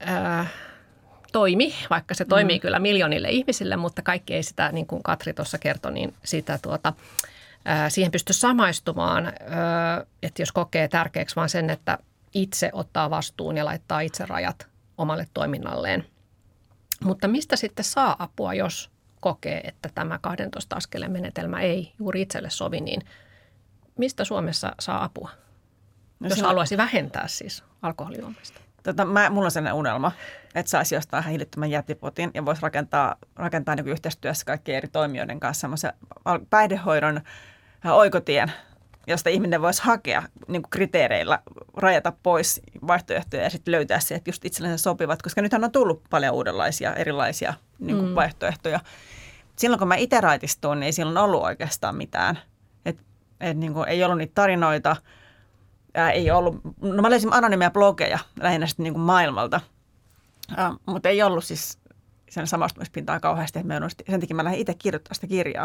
toimi, vaikka se toimii kyllä miljoonille ihmisille, mutta kaikki ei sitä, niin kuin Katri tuossa kertoi, niin sitä siihen pysty samaistumaan, että jos kokee tärkeäksi vaan sen, että itse ottaa vastuun ja laittaa itse rajat omalle toiminnalleen. Mutta mistä sitten saa apua, jos kokee, että tämä 12 askeleen menetelmä ei juuri itselle sovi, niin mistä Suomessa saa apua, jos haluaisi vähentää siis alkoholijuomista? Mulla on sellainen unelma, että saisi jostain ihan hillittömän jättipotin ja voisi rakentaa niin yhteistyössä kaikkien eri toimijoiden kanssa semmoisen päihdehoidon oikotien, josta ihminen voisi hakea niin kuin kriteereillä, rajata pois vaihtoehtoja ja sitten löytää se, että just itsellensä sopivat, koska nythän on tullut paljon uudenlaisia, erilaisia niin kuin vaihtoehtoja. Silloin kun mä itse raitistuin, niin ei silloin ollut oikeastaan mitään. Niin kuin ei ollut niitä tarinoita, ei ollut, no mä löysin anonymia blogeja lähinnä sitten niin kuin maailmalta, mutta ei ollut siis sen samastumispintaa kauheasti, että sen takia mä lähdin itse kirjoittamaan sitä kirjaa.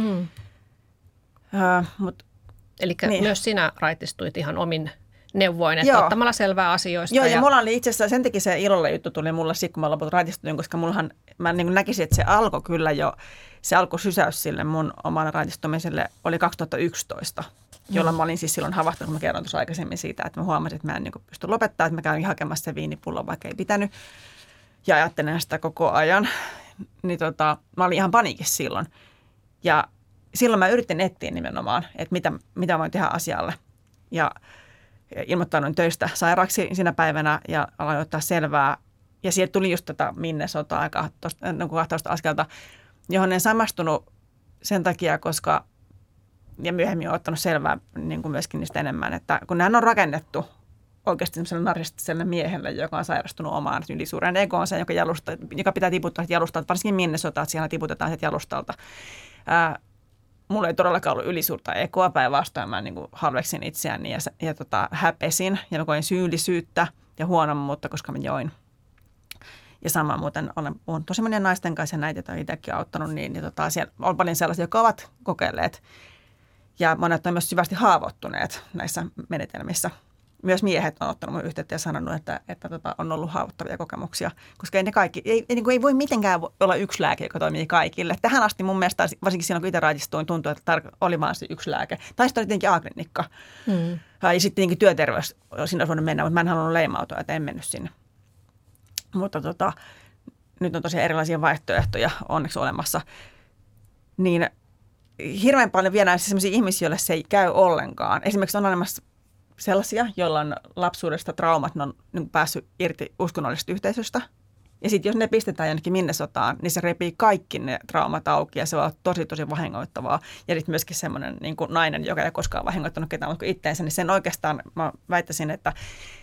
Eli niin. Myös sinä raitistuit ihan omin neuvoin, että ottamalla selvää asioista. Joo, ja mulla oli itse asiassa, sen takia se ilolla juttu tuli mulle sitten, kun mä lopulta raitistuin, koska mä niin kuin näkisin, että se alkoi kyllä jo, se alkusysäys sille mun oman raitistumiselle oli 2011, jolloin mä olin siis silloin havahtunut, kun mä kerron tuossa aikaisemmin siitä, että mä huomasin, että mä en niin kuin pysty lopettaa, että mä käyn hakemassa se viinipullon, vaikka ei pitänyt, ja ajattelen sitä koko ajan. Niin mä olin ihan paniikissa silloin, ja silloin mä yritin etsiä nimenomaan, että mitä voin tehdä asialle, ja ilmoittauduin töistä sairaaksi siinä päivänä ja aloin ottaa selvää. Ja sieltä tuli just tätä Minnesotaa 12 askelta, johon en samastunut sen takia, koska, ja myöhemmin olen ottanut selvää niin kuin myöskin niistä enemmän, että kun nämä on rakennettu oikeasti sellaiselle narsistiselle miehelle, joka on sairastunut omaan ylisuureen egoonsa, joka pitää tiputtaa jalustalta, varsinkin Minnesotaa, että siellä tiputetaan sieltä jalustalta. Mulla ei todellakaan ollut ylisuurta egoa, päinvastoin mä niin kuin halveksin itseäni ja häpesin ja mä koin syyllisyyttä ja huonommuutta, koska mä join. Ja sama muuten olen tosi monien naisten kanssa ja näitä, joita itsekin auttanut, niin siellä on paljon sellaisia, jotka ovat kokeilleet. Ja monet on myös syvästi haavoittuneet näissä menetelmissä. Myös miehet on ottanut mun yhteyttä ja sanonut, että on ollut haavoittavia kokemuksia, koska ei voi mitenkään olla yksi lääke, joka toimii kaikille. Tähän asti mun mielestä, varsinkin silloin kun itse raitistuin, tuntui, että oli vain se yksi lääke. Tai sitten oli tietenkin A-klinikka. Ja sitten tietenkin työterveys siinä olisi voinut mennä, mutta mä en halunnut leimautua, että en mennyt sinne. Mutta nyt on tosiaan erilaisia vaihtoehtoja onneksi olemassa. niin hirveän paljon vielä sellaisia ihmisiä, joille se ei käy ollenkaan. Esimerkiksi on olemassa sellaisia, joilla on lapsuudesta traumat, ne on niin päässyt irti uskonnollisesta yhteisöstä. Ja sitten jos ne pistetään jonnekin Minnesotaan, niin se repii kaikki ne traumat auki ja se on tosi, tosi vahingoittavaa. Ja sitten myöskin semmoinen niin kuin nainen, joka ei ole koskaan vahingoittanut ketään mutta itteensä, niin sen oikeastaan mä väittäisin, että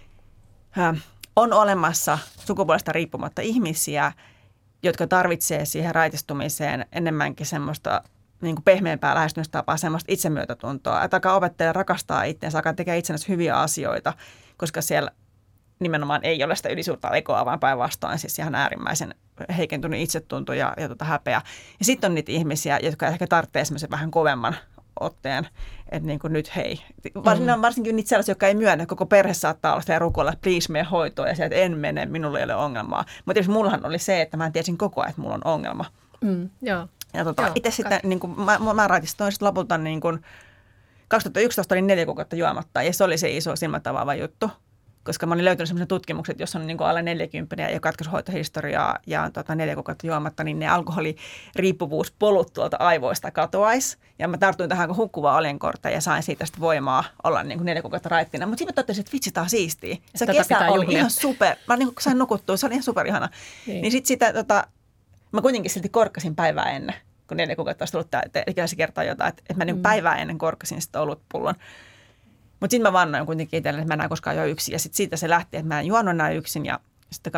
on olemassa sukupuolesta riippumatta ihmisiä, jotka tarvitsee siihen raitistumiseen enemmänkin semmoista niin kuin pehmeämpää lähestymistapaa, semmoista itsemyötätuntoa. Että alkaa opettaja rakastaa itseänsä, alkaa tekee itsenänsä hyviä asioita, koska siellä nimenomaan ei ole sitä ylisuurta egoa, vaan päinvastoin siis ihan äärimmäisen heikentynyt itsetunto ja häpeä. Ja sitten on niitä ihmisiä, jotka ehkä tarvitsee semmoisen vähän kovemman otteen, että niin kuin nyt hei. Varsinkin niitä sellaisia, jotka ei myönnä, koko perhe saattaa olla sitä rukoilla, että please mene hoitoon ja se, että en mene, minulla ei ole ongelmaa. Mutta jos mullahan oli se, että mä tiesin koko ajan, että mulla on ongelma. Joo. Ja itse sitten, niin kuin, mä raitistoin sitten lopulta niin kuin 2011 oli 4 kuukautta juomatta ja se oli se iso silmätavaava juttu. Koska mä olin löytänyt sellaisen tutkimukset, jos on niin kuin alle 40 ja katkoshoitohistoriaa ja on 4 kuukautta juomatta, niin ne alkoholiriippuvuuspolut tuolta aivoista katoaisi. Ja mä tartuin tähän, kun hukkuvaa olenkortta ja sain siitä sitten voimaa olla niin kuin 4 kuukautta raittina. Mutta sitten mä totesin, että vitsi, tää on siistiä. Se kesä oli ihan super. Mä niin kuin sain nukuttua, se oli ihan superihana. Niin sitten sitä, mä kuitenkin silti korkkasin päivää ennen, kun 4 kuukautta olisi tullut ikinä se kertaa jotain. Että mä niin kuin päivää ennen korkkasin sitä olutpullon. Mutta sitten mä vannoin kuitenkin itselleni, että mä en enää koskaan juo yksin. Ja sitten siitä se lähti, että mä en juonut enää yksin. Ja sitten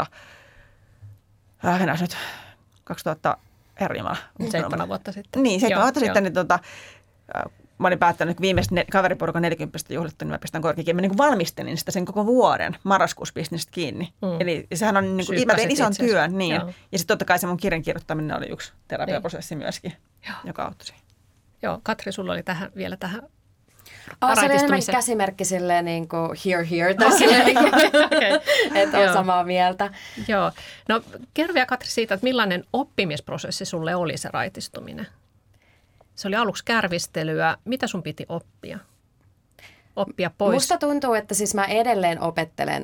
7 vuotta sitten. Niin, 7 vuotta sitten. Niin mä olin päättänyt, että viimeiset kaveriporukan 40 juhlittu, niin mä pistän korkeakin. Mä niin valmistelin sitä sen koko vuoden. Marraskuussa pistin sitä kiinni. Eli sehän on, niin kuin, mä tein ison työn. Niin. Ja sitten totta kai se mun kirjan kirjoittaminen oli yksi terapiaprosessi myöskin, joka auttoi siihen. Joo, Katri, sulla oli vielä tähän. Se oli enemmän käsimerkki silleen niin kuin here, tai silleen, että on samaa mieltä. Joo. No kerro vielä Katri siitä, että millainen oppimisprosessi sulle oli se raitistuminen? Se oli aluksi kärvistelyä. Mitä sun piti oppia? Oppia pois? Musta tuntuu, että siis mä edelleen opettelen.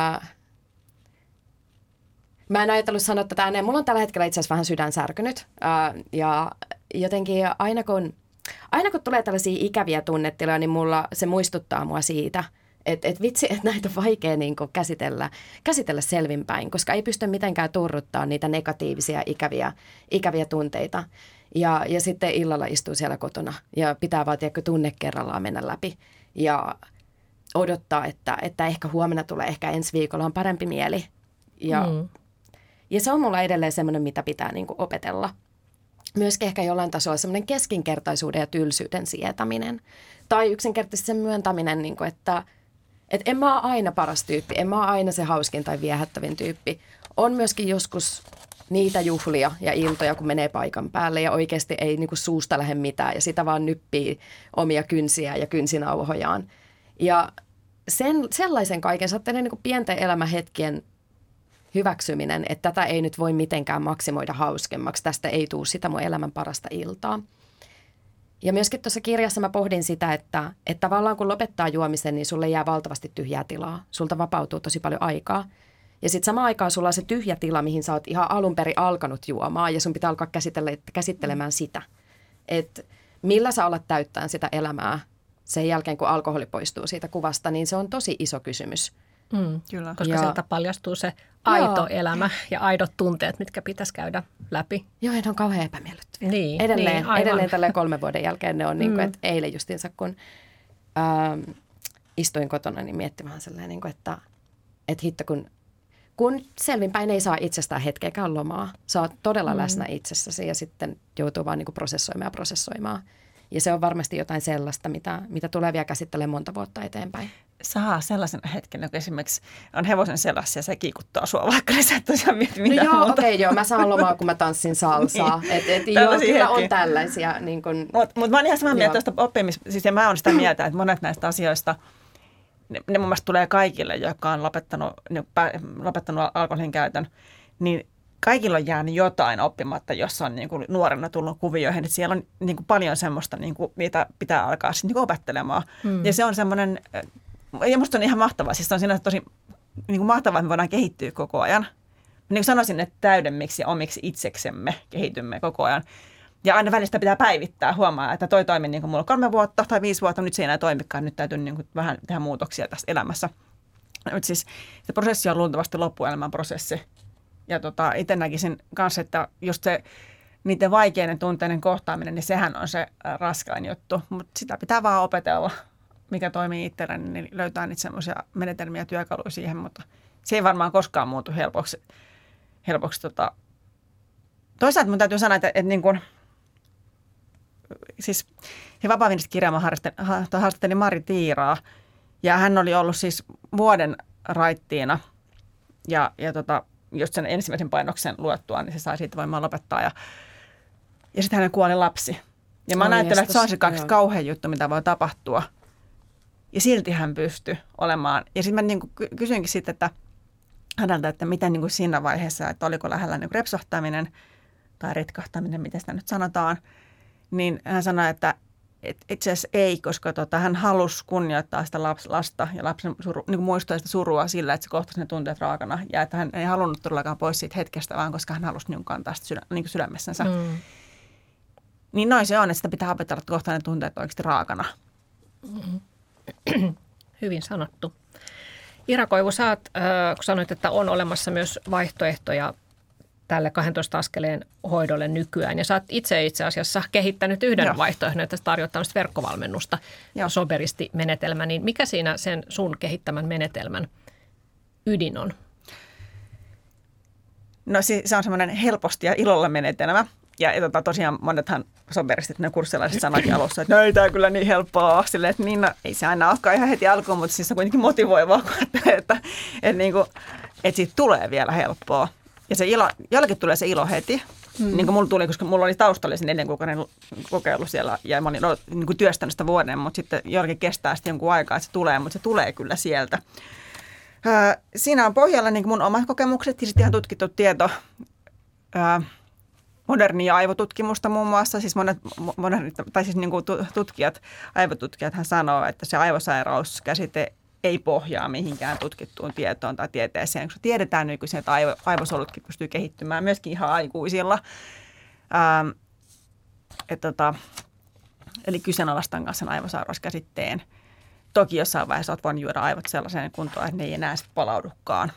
Mä en ajatellut sanoa tätä ääneen. Mulla on tällä hetkellä itse asiassa vähän sydän särkynyt. Ja jotenkin aina kun tulee tällaisia ikäviä tunnetiloja, niin se muistuttaa mua siitä, että vitsi, että näitä on vaikea niin kuin käsitellä selvinpäin, koska ei pysty mitenkään turruttaa niitä negatiivisia, ikäviä tunteita. Ja sitten illalla istuu siellä kotona ja pitää vaan tunne kerrallaan mennä läpi ja odottaa, että ehkä huomenna tulee, ehkä ensi viikolla on parempi mieli. Ja se on mulla edelleen semmoinen, mitä pitää niin kuin opetella. Myöskin ehkä jollain tasolla semmoinen keskinkertaisuuden ja tylsyyden sietäminen. Tai yksinkertaisesti sen myöntäminen, niin kuin, että en mä ole aina paras tyyppi, en mä ole aina se hauskin tai viehättävin tyyppi. On myöskin joskus niitä juhlia ja iltoja, kun menee paikan päälle ja oikeasti ei niin kuin suusta lähde mitään ja sitä vaan nyppii omia kynsiä ja kynsinauhojaan. Ja sellaisen kaiken saattelee niin kuin pienten elämähetkien hyväksyminen, että tätä ei nyt voi mitenkään maksimoida hauskemmaksi. Tästä ei tule sitä mun elämän parasta iltaa. Ja myöskin tuossa kirjassa mä pohdin sitä, että tavallaan kun lopettaa juomisen, niin sulle jää valtavasti tyhjää tilaa. Sulta vapautuu tosi paljon aikaa. Ja sitten samaan aikaan sulla on se tyhjä tila, mihin sä oot ihan alun perin alkanut juomaan ja sun pitää alkaa käsittelemään sitä. Että millä sä alat täyttää sitä elämää sen jälkeen, kun alkoholi poistuu siitä kuvasta, niin se on tosi iso kysymys. Kyllä. Koska sieltä paljastuu se aito elämä ja aidot tunteet, mitkä pitäisi käydä läpi. Joo, ne on kauhean epämiellyttäviä. Niin, edelleen tällä 3 vuoden jälkeen ne on niin kuin, että eilen justiinsa, kun istuin kotona, niin miettimään sellainen, niin kuin, että hitto, kun selvinpäin ei saa itsestään hetkeäkään lomaa. Sä oot todella läsnä itsessäsi ja sitten joutuu vaan niin kuin prosessoimaan. Ja se on varmasti jotain sellaista, mitä tulee vielä käsittelemään monta vuotta eteenpäin. Saa sellaisen hetken, kun esimerkiksi on hevosen selässä ja se kiikuttaa sua, vaikka niin sä et tosiaan mieti mitään muuta. Okei, mä saan lomaa, kun mä tanssin salsaa. Niin. Joo, kyllä on tällaisia. Niin kun... Mutta mä oon ihan samaa mieltä tuosta oppimisesta. Ja mä oon sitä mieltä, että monet näistä asioista, ne mun mielestä tulee kaikille, jotka on lopettanut alkoholin käytön, niin kaikilla on jäänyt jotain oppimatta, jossa on niin kuin nuorena tullut kuvioihin. Että siellä on niin kuin paljon semmoista, niin kuin, mitä pitää alkaa sitten niin kuin opettelemaan. Ja se on semmoinen, ja musta on ihan mahtavaa. Siis se on siinä tosi niin kuin mahtavaa, että me voidaan kehittyä koko ajan. Niin kuin sanoisin, että täydemmiksi ja omiksi itseksemme kehitymme koko ajan. Ja aina välistä pitää päivittää, huomaa, että toi toimi niin kuin mulla 3 vuotta tai 5 vuotta, nyt se ei enää toimikaan, nyt täytyy niin kuin vähän tehdä muutoksia tässä elämässä. Nyt siis se prosessi on luultavasti loppuelämän prosessi. Ja itse näkisin kanssa, että just se niiden vaikeiden tunteiden kohtaaminen, niin sehän on se raskain juttu. Mutta sitä pitää vaan opetella, mikä toimii itselleni, niin löytää niitä semmoisia menetelmiä, työkaluja siihen, mutta se ei varmaan koskaan muutu helpoksi. Toisaalta mun täytyy sanoa, että niin kuin, siis se Vapaa-Viiniset kirjaama haastatteli Mari Tiiraa, ja hän oli ollut siis vuoden raittiina, ja just sen ensimmäisen painoksen luettua, niin se sai siitä voimaan lopettaa, ja sitten hänen kuoli lapsi. Ja mä ajattelen, että se on se kauhean juttu, mitä voi tapahtua. Ja silti hän pystyi olemaan. Ja sitten mä niin kuin kysyinkin sitten, että häneltä, että miten niin kuin siinä vaiheessa, että oliko lähellä niin kuin repsahtaminen tai retkahtaminen, miten sitä nyt sanotaan, niin hän sanoi, että itse asiassa ei, koska hän halusi kunnioittaa sitä lasta ja lapsen niin muistaa sitä surua sillä, että se kohtasi ne tunteet raakana. Ja että hän ei halunnut todellakaan pois siitä hetkestä, vaan koska hän halusi niin kantaa sitä niin sydämessänsä. Niin noin se on, että sitä pitää opetella, että kohtaa ne tunteet oikeasti raakana. Hyvin sanottu. Ira Koivu, kun sanoit, että on olemassa myös vaihtoehtoja tälle 12 askeleen hoidolle nykyään. Ja sä oot itse asiassa kehittänyt yhden vaihtoehdon, että tarjoat tämmöistä verkkovalmennusta, soberisti-menetelmä. Niin mikä siinä sen sun kehittämän menetelmän ydin on? No se on semmoinen helposti ja ilolla menetelmä. Ja tosiaan monethan soberistit, ne kurssilaiset sanoikin alussa, että no ei tämä kyllä niin helppoa. Silleen, että niin, no, ei se aina olekaan ihan heti alkuun, mutta siis se kuitenkin motivoivaa, että siitä tulee vielä helppoa. Ja se ilo, jollakin tulee se ilo heti, niin kuin mulla tuli, koska mulla oli taustalla sen 4 kuukauden kokeilu siellä ja mä olin niin kuin työstänyt sitä vuoden, mutta sitten jollakin kestää sitten jonkun aikaa, että se tulee, mutta se tulee kyllä sieltä. Siinä on pohjalla niin kuin mun omat kokemukset ja sitten ihan tutkittu tieto, modernia aivotutkimusta muun muassa, siis niin kuin aivotutkijat hän sanoo, että se aivosairauskäsite ei pohjaa mihinkään tutkittuun tietoon tai tieteeseen, koska tiedetään nykyisin, että aivosolutkin pystyy kehittymään myöskin ihan aikuisilla. Eli kyseenalaistan kanssa sen aivosairauskäsitteen. Toki jossain vaiheessa olet voinut juoda aivot sellaiseen kuntoon, että ne ei enää sitten palaudukaan.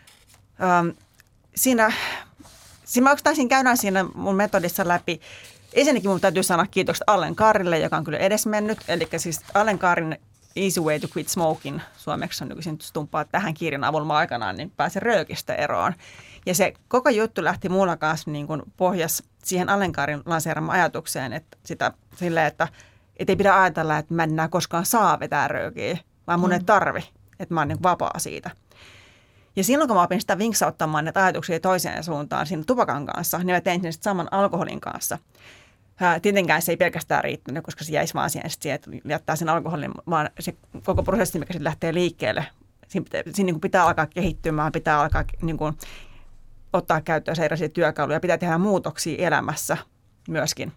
Siinä käydään siinä mun metodissa läpi. Ensinnäkin mun täytyy sanoa kiitokset Allen Carrille, joka on kyllä edesmennyt. Eli siis Allen Carrin Easy Way to Quit Smoking suomeksi on nykyisin stumppaa tähän kirjan avulla aikanaan, niin pääsen röökistä eroon. Ja se koko juttu lähti mulla kanssa niin kuin pohjas siihen Allen Carrin lanseeramaan ajatukseen, että silleen, että ei pidä ajatella, että mä en enää koskaan saa vetää röökiä, vaan mun ei tarvi, että mä oon niin vapaa siitä. Ja silloin, kun mä opin sitä vinksauttamaan näitä ajatuksia toiseen suuntaan siinä tupakan kanssa, niin mä tein sen saman alkoholin kanssa. Tietenkään se ei pelkästään riittänyt, koska se jäisi vaan siihen, että jättää sen alkoholin, vaan se koko prosessi, mikä sitten lähtee liikkeelle, siinä niin kuin pitää alkaa kehittymään, pitää alkaa niin kuin ottaa käyttöön erilaisia työkaluja, pitää tehdä muutoksia elämässä myöskin.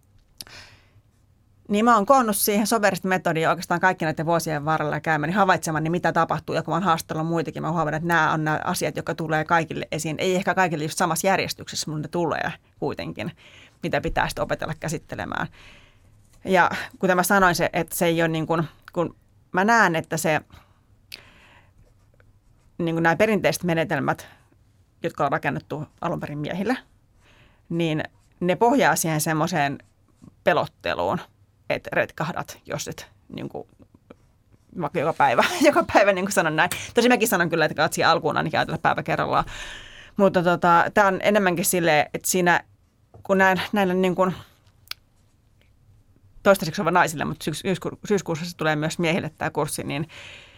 Niin mä oon koonnut siihen soberisti-metodiin oikeastaan kaikki näiden vuosien varrella käymäni havaitsemaan, niin mitä tapahtuu. Ja kun mä oon haastellut muitakin, mä huomannut, että nämä on nämä asiat, jotka tulee kaikille esiin. Ei ehkä kaikille just samassa järjestyksessä, mutta ne tulee kuitenkin, mitä pitää sitten opetella käsittelemään. Ja kuten mä sanoin, että se ei ole niin kuin, kun mä näen, että se, niin kuin nämä perinteiset menetelmät, jotka on rakennettu alun perin miehille, niin ne pohjaa siihen semmoiseen pelotteluun, että retkahdat, jos et niin kuin, vaikka joka päivä niin kuin sanon näin. Tosi mäkin sanon kyllä, että katsi alkuun ainakin ajatella päivä kerrallaan. Mutta tämä on enemmänkin silleen, että siinä, kun näillä niin kuin, toistaiseksi on naisille, mutta syyskuussa se tulee myös miehille tämä kurssi, niin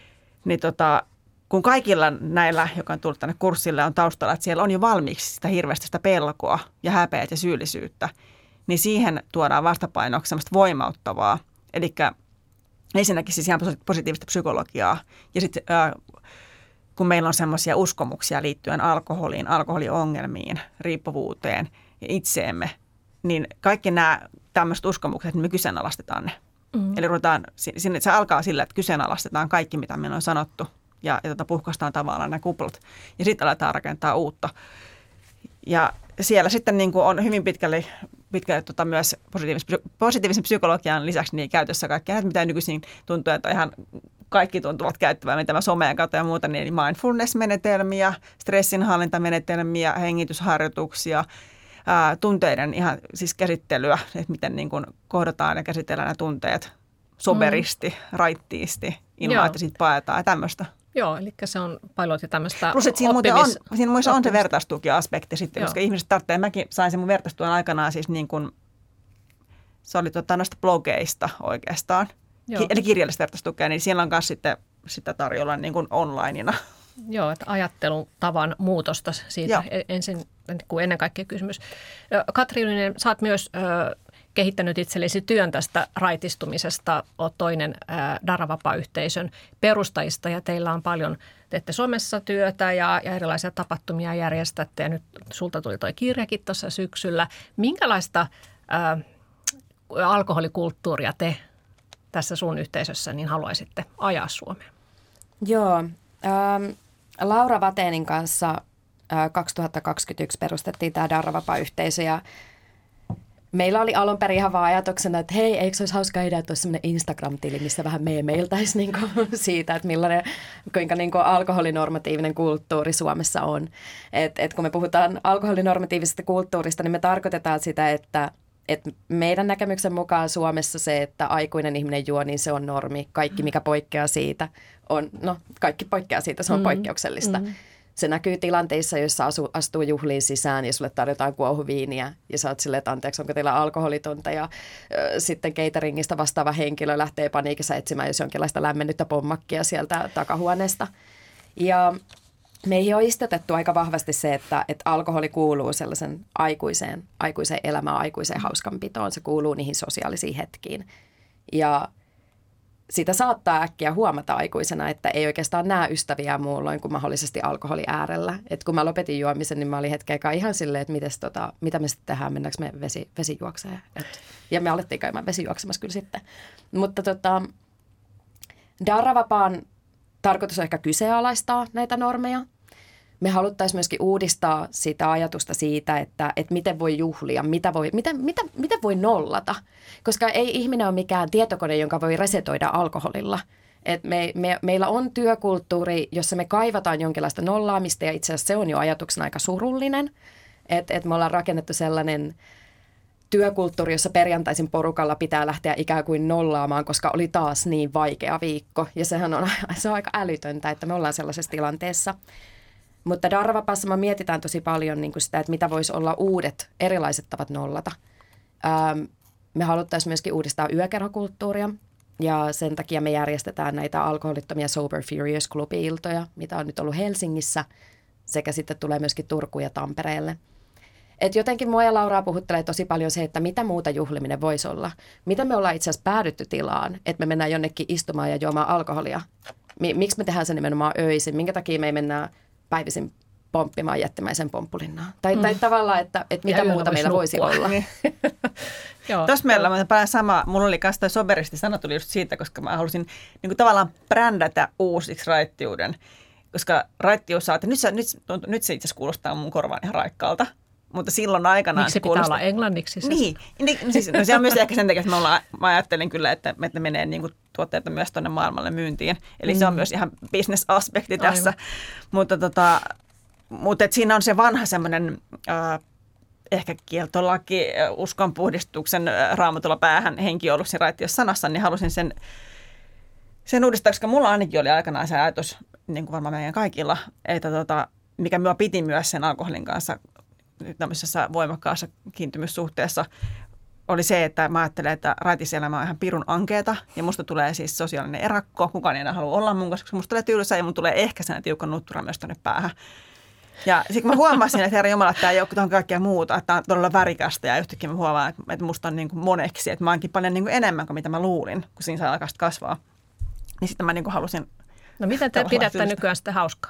kun kaikilla näillä, joka on tullut tänne kurssille, on taustalla, että siellä on jo valmiiksi sitä hirveästi sitä pelkoa ja häpeät ja syyllisyyttä, niin siihen tuodaan vastapainoksi semmoista voimauttavaa. Eli ensinnäkin siis ihan positiivista psykologiaa. Ja sitten kun meillä on semmoisia uskomuksia liittyen alkoholiin, alkoholiongelmiin, riippuvuuteen ja itseemme, niin kaikki nämä tämmöiset uskomukset, niin me kyseenalaistetaan ne. Eli se alkaa sillä, että kyseenalaistetaan kaikki, mitä meillä on sanottu ja puhkaistaan tavallaan nämä kuplat. Ja sitten aletaan rakentaa uutta. Ja siellä sitten niin kuin on hyvin pitkälle myös positiivisen psykologian lisäksi niin käytössä kaikkea, mitä nykyisin tuntuu, että ihan kaikki tuntuvat käyttävän mitä someen kautta ja muuta, niin mindfulness-menetelmiä, stressinhallintamenetelmiä, hengitysharjoituksia, tunteiden ihan siis käsittelyä, että miten niin kuin kohdataan ja käsitellään nämä tunteet soberisti, raittiisti, ilman että siitä paetaan ja tämmöistä. Joo, eli se on paljon tämmöistä plus, että siinä on se vertaistuki-aspekti sitten, koska ihmiset tarvitsee, mäkin sain sen mun vertaistuen aikanaan siis niin kuin, se oli noista blogeista oikeastaan, eli kirjallista vertaistukea, niin siellä on myös sitten sitä tarjolla niin kuin onlineina. Joo, että ajattelun tavan muutosta siitä ensin, kuin ennen kaikkea kysymys. Katri Ylinen, sä oot myös kehittänyt itsellesi työn tästä raitistumisesta, olet toinen Daravapa-yhteisön perustajista ja teillä on paljon, teette somessa työtä ja erilaisia tapahtumia järjestätte ja nyt sulta tuli toi kirjakin tuossa syksyllä. Minkälaista alkoholikulttuuria te tässä sun yhteisössä niin haluaisitte ajaa Suomeen? Joo, Laura Vatenin kanssa 2021 perustettiin tämä Daravapa-yhteisö ja meillä oli alun perin ihan vaan ajatuksena, että hei, eikö se olisi hauska idea, että olisi sellainen Instagram-tili, missä vähän meiltäisi niin siitä, että kuinka niin kuin alkoholinormatiivinen kulttuuri Suomessa on. Et kun me puhutaan alkoholinormatiivisesta kulttuurista, niin me tarkoitetaan sitä, että meidän näkemyksen mukaan Suomessa se, että aikuinen ihminen juo, niin se on normi. Kaikki, mikä poikkeaa siitä, kaikki poikkeaa siitä, se on poikkeuksellista. Se näkyy tilanteissa, joissa astuu juhliin sisään ja sulle tarjotaan kuohuviiniä ja sä oot silleen, että anteeksi, onko teillä alkoholitonta ja sitten cateringista vastaava henkilö lähtee paniikissa etsimään jos jonkinlaista lämmennyttä pommakkia sieltä takahuoneesta. Ja meihin on istutettu aika vahvasti se, että alkoholi kuuluu sellaisen aikuiseen elämään, aikuiseen hauskanpitoon. Se kuuluu niihin sosiaalisiin hetkiin. Ja sitä saattaa äkkiä huomata aikuisena, että ei oikeastaan näe ystäviä muulloin kuin mahdollisesti alkoholi äärellä. Et kun mä lopetin juomisen, niin mä olin hetken aikaa ihan silleen, että mitä me sitten tehdään, mennäänkö me vesijuokseen. Ja me alettiin käymään vesijuoksemassa kyllä sitten. Mutta Daravapaan tarkoitus on ehkä kyseenalaistaa näitä normeja. Me haluttaisiin myöskin uudistaa sitä ajatusta siitä, että miten voi juhlia, miten voi nollata. Koska ei ihminen ole mikään tietokone, jonka voi resetoida alkoholilla. Et meillä on työkulttuuri, jossa me kaivataan jonkinlaista nollaamista ja itse asiassa se on jo ajatuksena aika surullinen. Et me ollaan rakennettu sellainen työkulttuuri, jossa perjantaisin porukalla pitää lähteä ikään kuin nollaamaan, koska oli taas niin vaikea viikko. Ja se on aika älytöntä, että me ollaan sellaisessa tilanteessa. Mutta Daravapassa me mietitään tosi paljon niin kuin sitä, että mitä voisi olla uudet, erilaiset tavat nollata. Me haluttaisiin myöskin uudistaa yökerhokulttuuria ja sen takia me järjestetään näitä alkoholittomia Sober Furious-klubi-iltoja, mitä on nyt ollut Helsingissä sekä sitten tulee myöskin Turkuun ja Tampereelle. Et jotenkin mua ja Lauraa puhuttelee tosi paljon se, että mitä muuta juhliminen voisi olla. Miten me ollaan itse asiassa päädytty tilaan, että me mennään jonnekin istumaan ja juomaan alkoholia. Miksi me tehdään se nimenomaan öisin? Minkä takia me ei mennä päivisin pomppimaan jättimäisen pomppulinnaan? Tai tavallaan, että mitä muuta meillä voisi olla. Tuossa meillä on sama, mulla oli kanssa toi soberisti sana tuli just siitä, koska mä halusin niin kuin tavallaan brändätä uusiksi raittiuden. Koska raittius saa, että nyt se itse asiassa kuulostaa mun korvaan ihan raikkaalta. Mutta silloin aikanaan miksi se pitää olla englanniksi? Niin, siis, se on myös ehkä sen takia, että mä ajattelin kyllä, että menee niin kuin tuotteita myös tuonne maailmalle myyntiin. Eli se on myös ihan business-aspekti tässä. Mutta siinä on se vanha semmoinen ehkä kieltolaki, uskonpuhdistuksen raamatulla päähän henki ollut siinä raittiussanassa, niin halusin sen uudistaa, koska mulla ainakin oli aikanaan se ajatus, niin kuin varmaan meidän kaikilla, että mikä minua piti myös sen alkoholin kanssa tämmöisessä voimakkaassa kiintymyssuhteessa, oli se, että mä ajattelen, että raitiselämä on ihan pirun ankeeta ja musta tulee siis sosiaalinen erakko. Kukaan ei enää halua olla mun kanssa, koska musta tulee tylsä ja mun tulee ehkä sellainen tiukka nuttura myös tuonne päähän. Ja sitten kun mä huomasin, että herra Jumala, että tämä ei ole tuohon kaikkea muuta, että tämä on todella värikästä ja yhtäkkiä mä huomaan, että musta on niin kuin moneksi, että mä oonkin paljon niin kuin enemmän kuin mitä mä luulin, kun siinä saa alkaa kasvaa. Niin sitten mä niin kuin halusin. No miten te pidätte nykyään sitten hauskaa?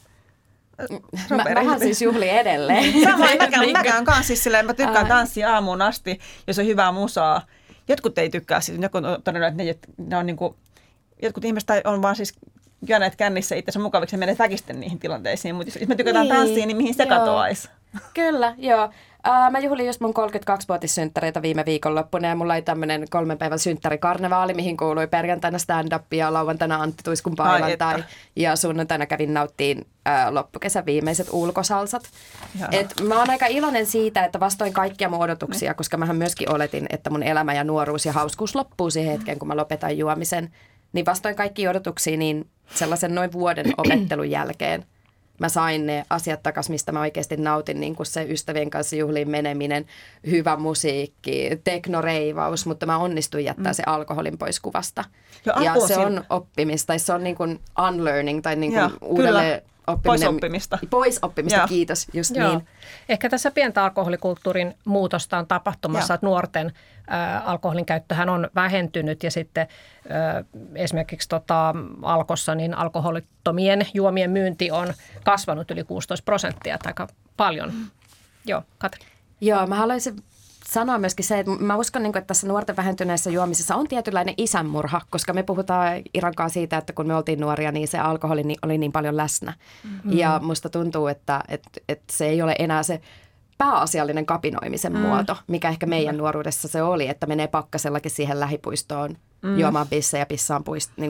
Mähän siis juhlin edelleen. Samoin mäkään kanssa siis silleen, mä tykkään tanssia aamuun asti, jos on hyvää musaa. Jotkut ei tykkää siitä, joku on todennut, että ne on niinku, jotkut ihmiset on vaan siis jääneet kännissä itsensä mukaviksi ja menee väkisten niihin tilanteisiin, mutta jos me tykätään tanssia, niin mihin se katoaisi? Kyllä, joo. Mä juhlin just mun 32-vuotissynttäreitä viime viikonloppuna ja mulla oli tämmöinen 3 päivän synttärikarnevaali, mihin kuului perjantaina stand-up ja lauantaina Antti Tuiskun bailantai ja sunnuntaina kävin nauttiin loppukesän viimeiset ulkosalsat. Et mä oon aika iloinen siitä, että vastoin kaikkia mun odotuksia, koska mähän myöskin oletin, että mun elämä ja nuoruus ja hauskuus loppuu siihen hetkeen, kun mä lopetan juomisen, niin vastoin kaikkia odotuksia, niin sellaisen noin vuoden opettelun jälkeen mä sain ne asiat takaisin, mistä mä oikeasti nautin, niin kuin se ystävien kanssa juhliin meneminen, hyvä musiikki, teknoreivaus, mutta mä onnistuin jättää se alkoholin pois kuvasta. Ja se on oppimista, tai se on niin kuin unlearning, tai niin kuin uudelleen oppiminen. Pois oppimista, kiitos, just niin. Ehkä tässä pientä alkoholikulttuurin muutosta on tapahtumassa, että nuorten alkoholin käyttöhän on vähentynyt ja sitten esimerkiksi Alkossa niin alkoholittomien juomien myynti on kasvanut yli 16%, aika paljon. Joo, Katri. Joo, mä haluaisin sanoa myöskin se, että mä uskon, että tässä nuorten vähentyneessä juomisessa on tietynlainen isänmurha, koska me puhutaan Irankaan siitä, että kun me oltiin nuoria, niin se alkoholi oli niin paljon läsnä. Mm-hmm. Ja musta tuntuu, että se ei ole enää se pääasiallinen kapinoimisen muoto, mikä ehkä meidän nuoruudessa se oli, että menee pakkasellakin siihen lähipuistoon juomaan bissejä ja pissaan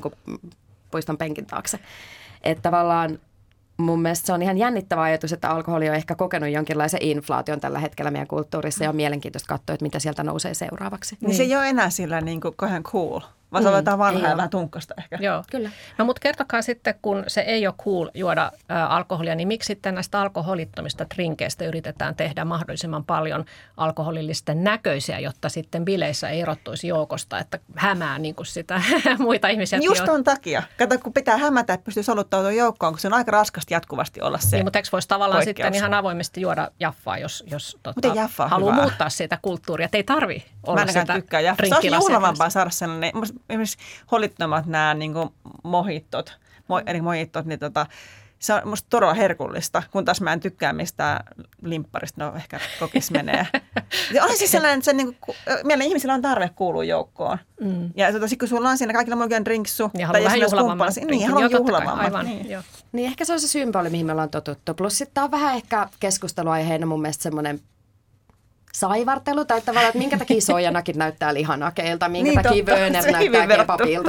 puiston penkin taakse. Että tavallaan mun mielestä se on ihan jännittävä ajatus, että alkoholi on ehkä kokenut jonkinlaisen inflaation tällä hetkellä meidän kulttuurissa ja on mielenkiintoista katsoa, että mitä sieltä nousee seuraavaksi. Niin se ei ole enää sillä niin kuin kauhean cool, vaan se on jotain vanhaa ja vähän tunkasta ehkä. Joo, kyllä. No mutta kertokaa sitten, kun se ei ole cool juoda alkoholia, niin miksi sitten näistä alkoholittomista drinkeistä yritetään tehdä mahdollisimman paljon alkoholillisten näköisiä, jotta sitten bileissä ei erottuisi joukosta, että hämää niin kuin sitä muita ihmisiä. Just ton takia. Kato, kun pitää hämätä, että pystyy soluttautumaan joukkoon, kun se on aika raskasta jatkuvasti olla se niin, mutta eikö voisi tavallaan poikkeus sitten ihan avoimesti juoda jaffaa, jos haluaa muuttaa sitä kulttuuria, että ei tarvitse olla sitä drinkkilasiakasta. Se on juhlavampaa saada sellainen, esimerkiksi holittomat nämä niin mojittot, eri mojittot, niin se on musta todella herkullista, kun taas mä en tykkää mistään limpparista, no ehkä kokis menee. On siis sellainen, että meillä ihmisillä on tarve kuulua joukkoon. Ja sitten kun sulla on siinä kaikilla muilla drinksu, ja haluaa vähän juhlavammat. Niin, haluaa juhlavammat. Niin ehkä se on se symboli, mihin me ollaan totuttu. Plus sitten on vähän ehkä keskusteluaiheena mun mielestä semmoinen saivartelu, tai tavallaan, että minkä takia soijanakin näyttää lihanakeilta, minkä takia Wöner näyttää kebabilta,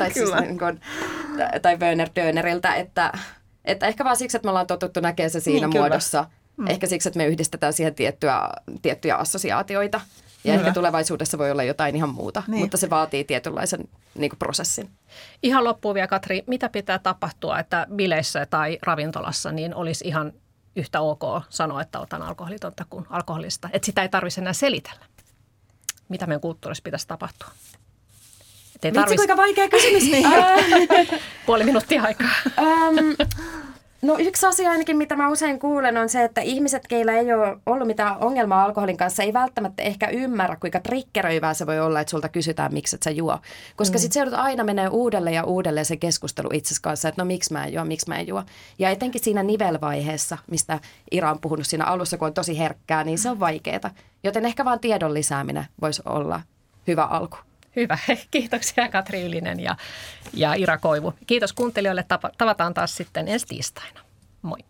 tai Wöner Döneriltä, että ehkä vaan siksi, että me ollaan totuttu näkemään se siinä muodossa. Ehkä siksi, että me yhdistetään siihen tiettyjä assosiaatioita. Ja ehkä tulevaisuudessa voi olla jotain ihan muuta, mutta se vaatii tietynlaisen niin kuin prosessin. Ihan loppuun vielä, Katri, mitä pitää tapahtua, että bileissä tai ravintolassa niin olisi ihan yhtä ok sanoa, että otan alkoholitonta kuin alkoholista. Että sitä ei tarvitse enää selitellä. Mitä meidän kulttuurissa pitäisi tapahtua? Vitsi, kuinka vaikea kysymys. Puoli minuuttia aikaa. No yksi asia ainakin, mitä mä usein kuulen, on se, että ihmiset, keillä ei ole ollut mitään ongelmaa alkoholin kanssa, ei välttämättä ehkä ymmärrä, kuinka triggeröivää se voi olla, että sulta kysytään, miksi et sä juo. Koska sitten se joudut aina menee uudelleen ja uudelleen se keskustelu itsesi kanssa, että no miksi mä en juo. Ja etenkin siinä nivelvaiheessa, mistä Ira on puhunut siinä alussa, kun on tosi herkkää, niin se on vaikeaa. Joten ehkä vaan tiedon lisääminen voisi olla hyvä alku. Hyvä. Kiitoksia Katri Ylinen ja Ira Koivu. Kiitos kuuntelijoille. Tavataan taas sitten ensi tiistaina. Moi.